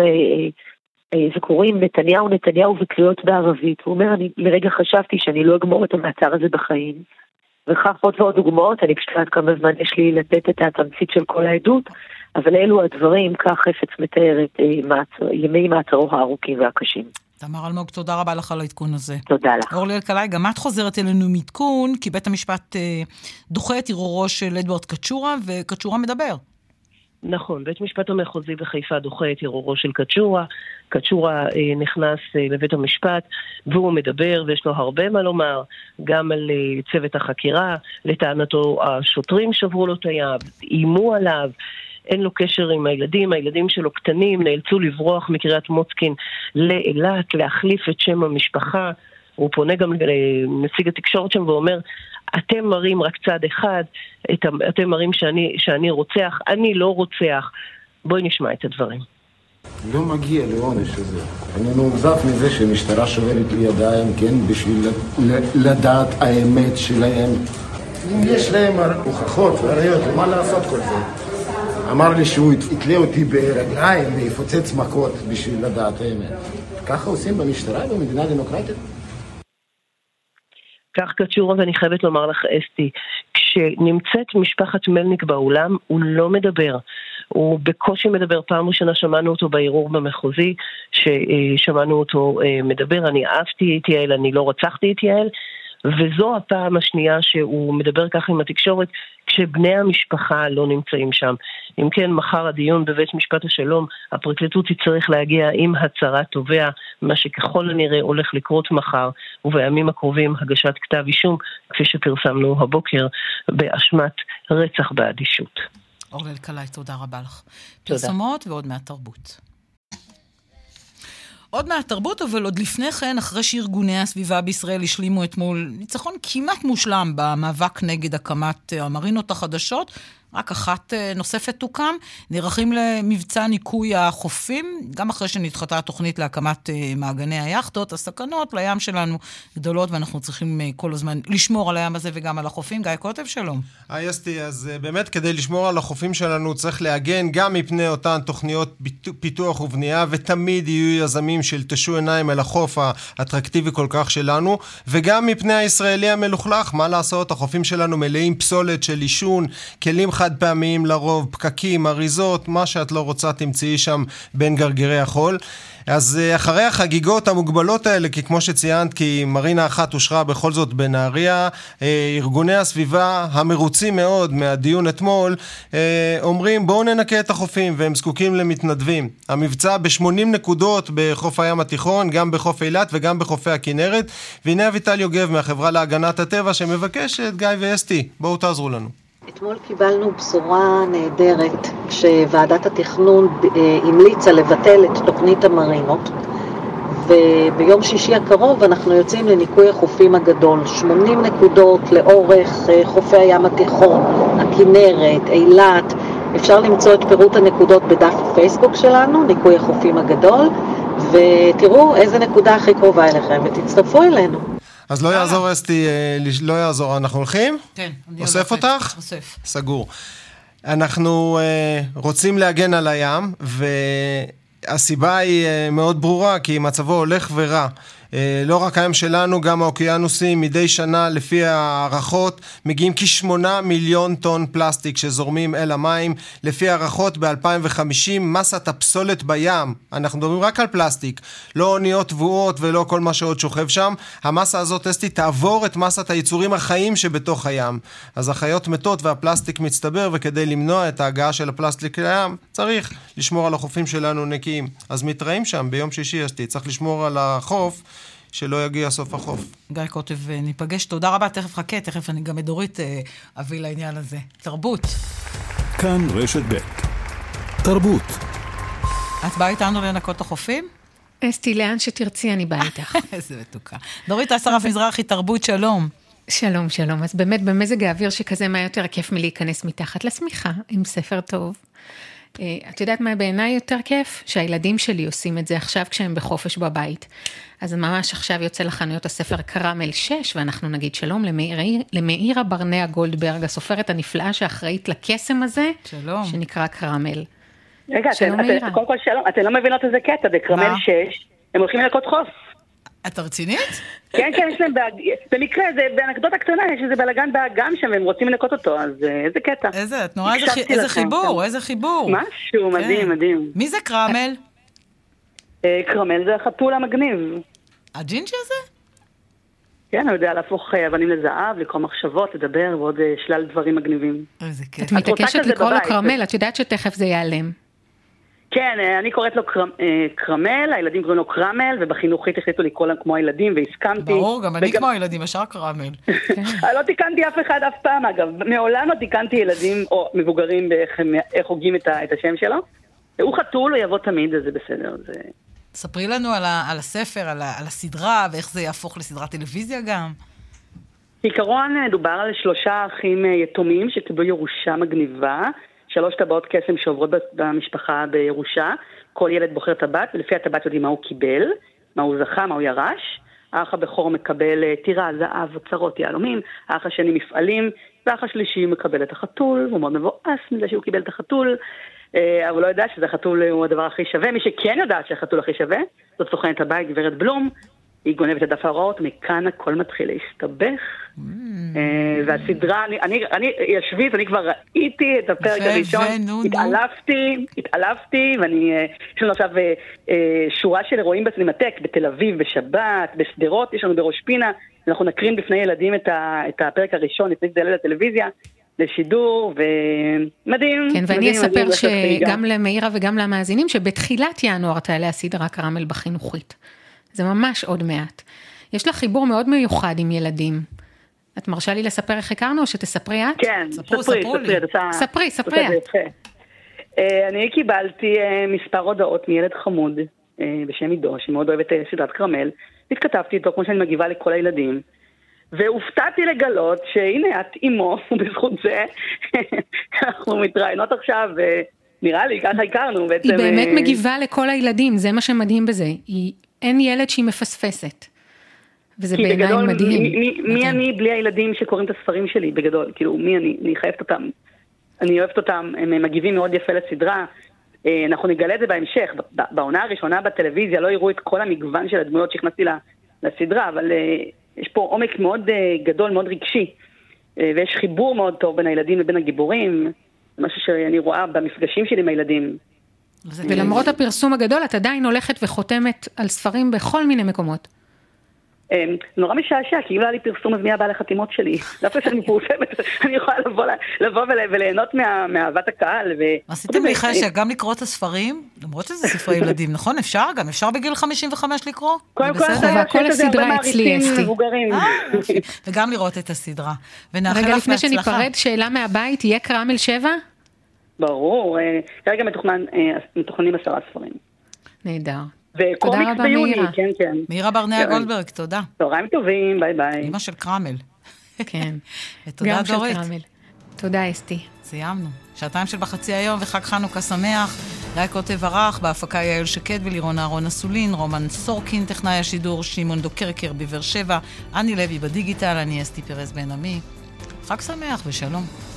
וקוראים נתניהו וקריאות בערבית. הוא אומר, אני לרגע חשבתי שאני לא אגמור את המעצר הזה בחיים, וכך עוד ועוד דוגמאות, אני פשוט עד כמה זמן יש לי לתת את התמצית של כל העדות, אבל אלו הדברים, כך חפץ מתאר את ימי מעצרו הארוכים והקשים. תמר אלמוג, תודה רבה לך על העדכון הזה. תודה לך. אורלי אלקלעי, גם את חוזרת אלינו מעדכון, כי בית המשפט דוחה את ערעורו של אדוארד קצ'ורה, וקצ'ורה מדבר. נכון, בית המשפט המחוזי בחיפה דוחה את ערעורו של קצ'ורה. קצ'ורה נכנס לבית המשפט, והוא מדבר, ויש לו הרבה מה לומר, גם על צוות החקירה, לטענתו השוטרים שברו לו את היד, איימו עליו, אין לו קשר עם הילדים שלו קטנים, נאלצו לברוח מקריית מוצקין לאילת, להחליף את שם המשפחה. הוא פונה גם לנציג התקשורת שם ואומר, אתם מראים רק צד אחד, אתם מראים שאני רוצח, אני לא רוצח. בואי נשמע את הדברים. לא מגיע לעונש הזה. אני מאוכזב מזה שמשטרה שוברת לי ידיים, כן, בשביל לדעת האמת שלהם. אם יש להם הוכחות וראיות, מה לעשות כל זה? אמר לי שהוא יתלה אותי ברגליים ויפוצץ מכות בשביל לדעת האמת. ככה עושים במשטרה במדינה דמוקרטית? כך קצ'ורה, ואני חייבת לומר לך, אסתי, כשנמצאת משפחת מלניק באולם, הוא לא מדבר. הוא בקושי מדבר. פעם ראשונה שמענו אותו בערעור במחוזי, ששמענו אותו מדבר, אני אהבתי את יעל, אני לא רצחתי את יעל, וזו הפעם השנייה שהוא מדבר כך עם התקשורת, כשבני המשפחה לא נמצאים שם. אם כן, מחר הדיון בבית משפט השלום, הפרקליטות תצטרך להגיע עם הצהרת תובע, מה שככל הנראה הולך לקרות מחר, ובימים הקרובים הגשת כתב אישום, כפי שפרסמנו הבוקר, באשמת רצח באדישות. אורלי אלקלעי, תודה רבה לך. פרסומות ועוד מהתרבות. עוד מהתרבות, אבל עוד לפני כן, אחרי שארגוני הסביבה בישראל השלימו אתמול ניצחון כמעט מושלם במאבק נגד הקמת המרינות החדשות, רק אחת נוספת תוקם, נערכים למבצע ניקוי החופים, גם אחרי שנדחתה התוכנית להקמת מעגני היאכטות, הסכנות לים שלנו גדולות, ואנחנו צריכים כל הזמן לשמור על הים הזה וגם על החופים. גיא כותב, שלום. אסתי, אז באמת כדי לשמור על החופים שלנו צריך להגן גם מפני אותן תוכניות פיתוח ובנייה, ותמיד יהיו יזמים שילטשו עיניים אל החוף האטרקטיבי כל כך שלנו, וגם מפני הישראלי המלוכלך. מה לעשות? החופים שלנו מלאים פסולת של אישון, כלים חד פעמיים לרוב, פקקים, אריזות, מה שאת לא רוצה תמצאי שם בין גרגירי החול. אז אחרי החגיגות המוגבלות האלה, כי כמו שציינת, כי מרינה אחת אושרה בכל זאת בנהריה, ארגוני הסביבה המרוצים מאוד מהדיון אתמול, אומרים בואו ננקה את החופים, והם זקוקים למתנדבים. המבצע ב-80 נקודות בחוף הים התיכון, גם בחוף אילת וגם בחופי הכנרת, והנה אביטל יוגב מהחברה להגנת הטבע שמבקשת, גיא ואסתי, בואו תעזרו לנו. אתמול קיבלנו בשורה נהדרת כשוועדת התכנון המליצה לבטל את תוכנית המרינות, וביום שישי הקרוב אנחנו יוצאים לניקוי החופים הגדול, 80 נקודות לאורך חופי הים התיכון, הכנרת, אילת. אפשר למצוא את פירוט הנקודות בדף הפייסבוק שלנו, ניקוי החופים הגדול, ותראו איזה נקודה הכי קרובה אליכם ותצטרפו אלינו. אז לא יעזור אסתי, לא יעזור, אנחנו הולכים? כן. אוסף אותך? אוסף. סגור. אנחנו רוצים להגן על הים, והסיבה היא מאוד ברורה, כי מצבו הולך ורע. לא רק הים שלנו, גם האוקיינוסים, מדי שנה לפי הערכות מגיעים כ8 מיליון טון פלסטיק שזורמים אל המים. לפי הערכות ב-2050 מסת הפסולת בים, אנחנו מדברים רק על פלסטיק, לא אוניות תבואות ולא כל מה שעוד שוכב שם, המסה הזאת אסתי תעבור את מסת היצורים החיים שבתוך הים. אז החיות מתות והפלסטיק מצטבר, וכדי למנוע את ההגעה של הפלסטיק לים צריך לשמור על החופים שלנו נקיים. אז מתראים שם ביום שישי אסתי, צריך לשמור על החוף שלא יגיע סוף החוף. גיא קוטב, ניפגש. תודה רבה, תכף חכה, תכף אני גם דורית אביא לעניין הזה. תרבות. כאן רשת ב' תרבות. את באה איתנו לנקות החופים? אסתי, לאן שתרצי אני באה איתך. איזה מתוקה. דורית אסרף מזרחי, תרבות, שלום. שלום, שלום. אז באמת במזג האוויר שכזה, מה יותר כיף מלהיכנס מתחת לשמיכה עם ספר טוב. את יודעת מה בעיניי יותר כיף? שהילדים שלי עושים את זה עכשיו כשהם בחופש בבית. אז ממש עכשיו יוצא לחנויות הספר קרמל 6, ואנחנו נגיד שלום למאירה ברנע גולדברג, הסופרת הנפלאה שאחראית לקסם הזה, שלום. שנקרא קרמל. רגע, קודם כל שלום, אתם לא מבינות איזה קטע, בקרמל 6, הם הולכים לנקות חוף. את רצינית? כן, כן, יש להם, במקרה, זה באנקדוטה קטנה, יש איזה בלגן באגם שם, והם רוצים לנקות אותו, אז איזה קטע. איזה, את נורא, איזה חיבור, איזה חיבור. משהו, מדהים, מדהים. מי זה קרמל? קרמל זה החתול המגניב. הג'ינג'י הזה? כן, הוא יודע להפוך אבנים לזהב, לקרוא מחשבות, לדבר, ועוד שלל דברים מגניבים. איזה כיף. את מתעקשת לקרוא לו קרמל, את יודעת שתכף זה ייעלם. כן, אני קוראת לו קרמל, הילדים קוראים לו קרמל, ובחינוכית החליטו לקרוא להם כמו הילדים, והסכמתי. ברור, גם אני כמו הילדים, השאר קרמל. לא תיקנתי אף אחד אף פעם, אגב. מעולם לא תיקנתי ילדים או מבוגרים איך הוגים את השם שלו. הוא חתול, הוא יבוא תמיד, אז זה בסדר. ספרי לנו על הספר, על הסדרה, ואיך זה יהפוך לסדרת טלוויזיה גם. בעיקרון דובר על 3 אחים יתומים שקיבלו ירושה מגניבה, 3 טבעות קסם שעוברות במשפחה בירושה, כל ילד בוחר טבעת, ולפי הטבעת יודעים מה הוא קיבל, מה הוא זכה, מה הוא ירש. האח הבכור מקבל טירה, זהב, צרות, יהלומים, האח השני מפעלים, והאח השלישי מקבל את החתול, הוא מאוד מבואס מזה שהוא קיבל את החתול, אבל הוא לא יודע שזה החתול הוא הדבר הכי שווה. מי שכן יודעת שהחתול הכי שווה, זאת סוכנת הבית, גברת בלום, היא גונבת את דף ההוראות, מכאן הכל מתחיל להסתבך. והסדרה, אני ישבית, אני כבר ראיתי את הפרק הראשון, התעלפתי, יש לנו עכשיו שורה של אירועים בסינמטק, בתל אביב, בשבת, בסדרות, יש לנו בראש פינה, אנחנו נקרין בפני ילדים את הפרק הראשון, לפני זה לטלוויזיה, לשידור, ומדהים. כן, ואני אספר שגם למאירה וגם למאזינים, שבתחילת ינואר תעלה הסדרה קרמל בחינוכית. זה ממש עוד מעט. יש לה חיבור מאוד מיוחד עם ילדים. את מרשה לי לספר איך הכרנו, או שתספרי את? כן, ספרי את. אני קיבלתי מספר הודעות מילד חמוד, בשם עידו, שמאוד אוהב את סדרת קרמל, התכתבתי איתו כמו שאני מגיבה לכל הילדים, והופתעתי לגלות שהנה את אימו, ובזכות זה אנחנו מתראיינות עכשיו, ונראה לי ככה הכרנו. היא באמת מגיבה לכל הילדים, זה מה שמדהים בזה. אין ילד שהיא מפספסת. וזה בעיניי מדהים. מי אני בלי הילדים שקוראים את הספרים שלי בגדול? כאילו, מי אני חייבת אותם. אני אוהבת אותם, הם מגיבים מאוד יפה לסדרה. אנחנו נגלה את זה בהמשך. בעונה הראשונה בטלוויזיה לא יראו את כל המגוון של הדמויות שהכנסתי לסדרה, אבל יש פה עומק מאוד גדול, מאוד רגשי. ויש חיבור מאוד טוב בין הילדים ובין הגיבורים. משהו שאני רואה במפגשים שלי עם הילדים. ולמרות הפרסום הגדול, את עדיין הולכת וחותמת על ספרים בכל מיני מקומות. נורא משעשע, כי אם לא היה לי פרסום, אז מי הבא לחתימות שלי? דווקא שאני מפורסמת, אני יכולה לבוא וליהנות מאהבת הקהל. עשיתם לי חשק, גם לקרוא את הספרים, למרות שזה ספרי ילדים, נכון? אפשר גם? אפשר בגיל 55 לקרוא? כל הסדרה אצלי, אסתי. וגם לראות את הסדרה. רגע, לפני שניפרד, שאלה מהבית, יהיה קרמל 7? ברור, כרגע מתוכננים 10 ספרים. נהדר. וקומיקס ביוני, כן, כן. מאירה ברנע גולדברג, תודה. צהריים טובים, ביי ביי. אמא של קרמל. כן. ותודה דורית. תודה אסתי. סיימנו. 2 של בחצי היום וחג חנוכה שמח. גיא קוטב ערך, בהפקה יעל שקד ולירון אהרון אסולין, רומן סורקין, טכנאי השידור, שמעון דוקרקר בבאר שבע, אני לוי בדיגיטל, אני אסתי פרז בן עמי. חג שמח ושלום.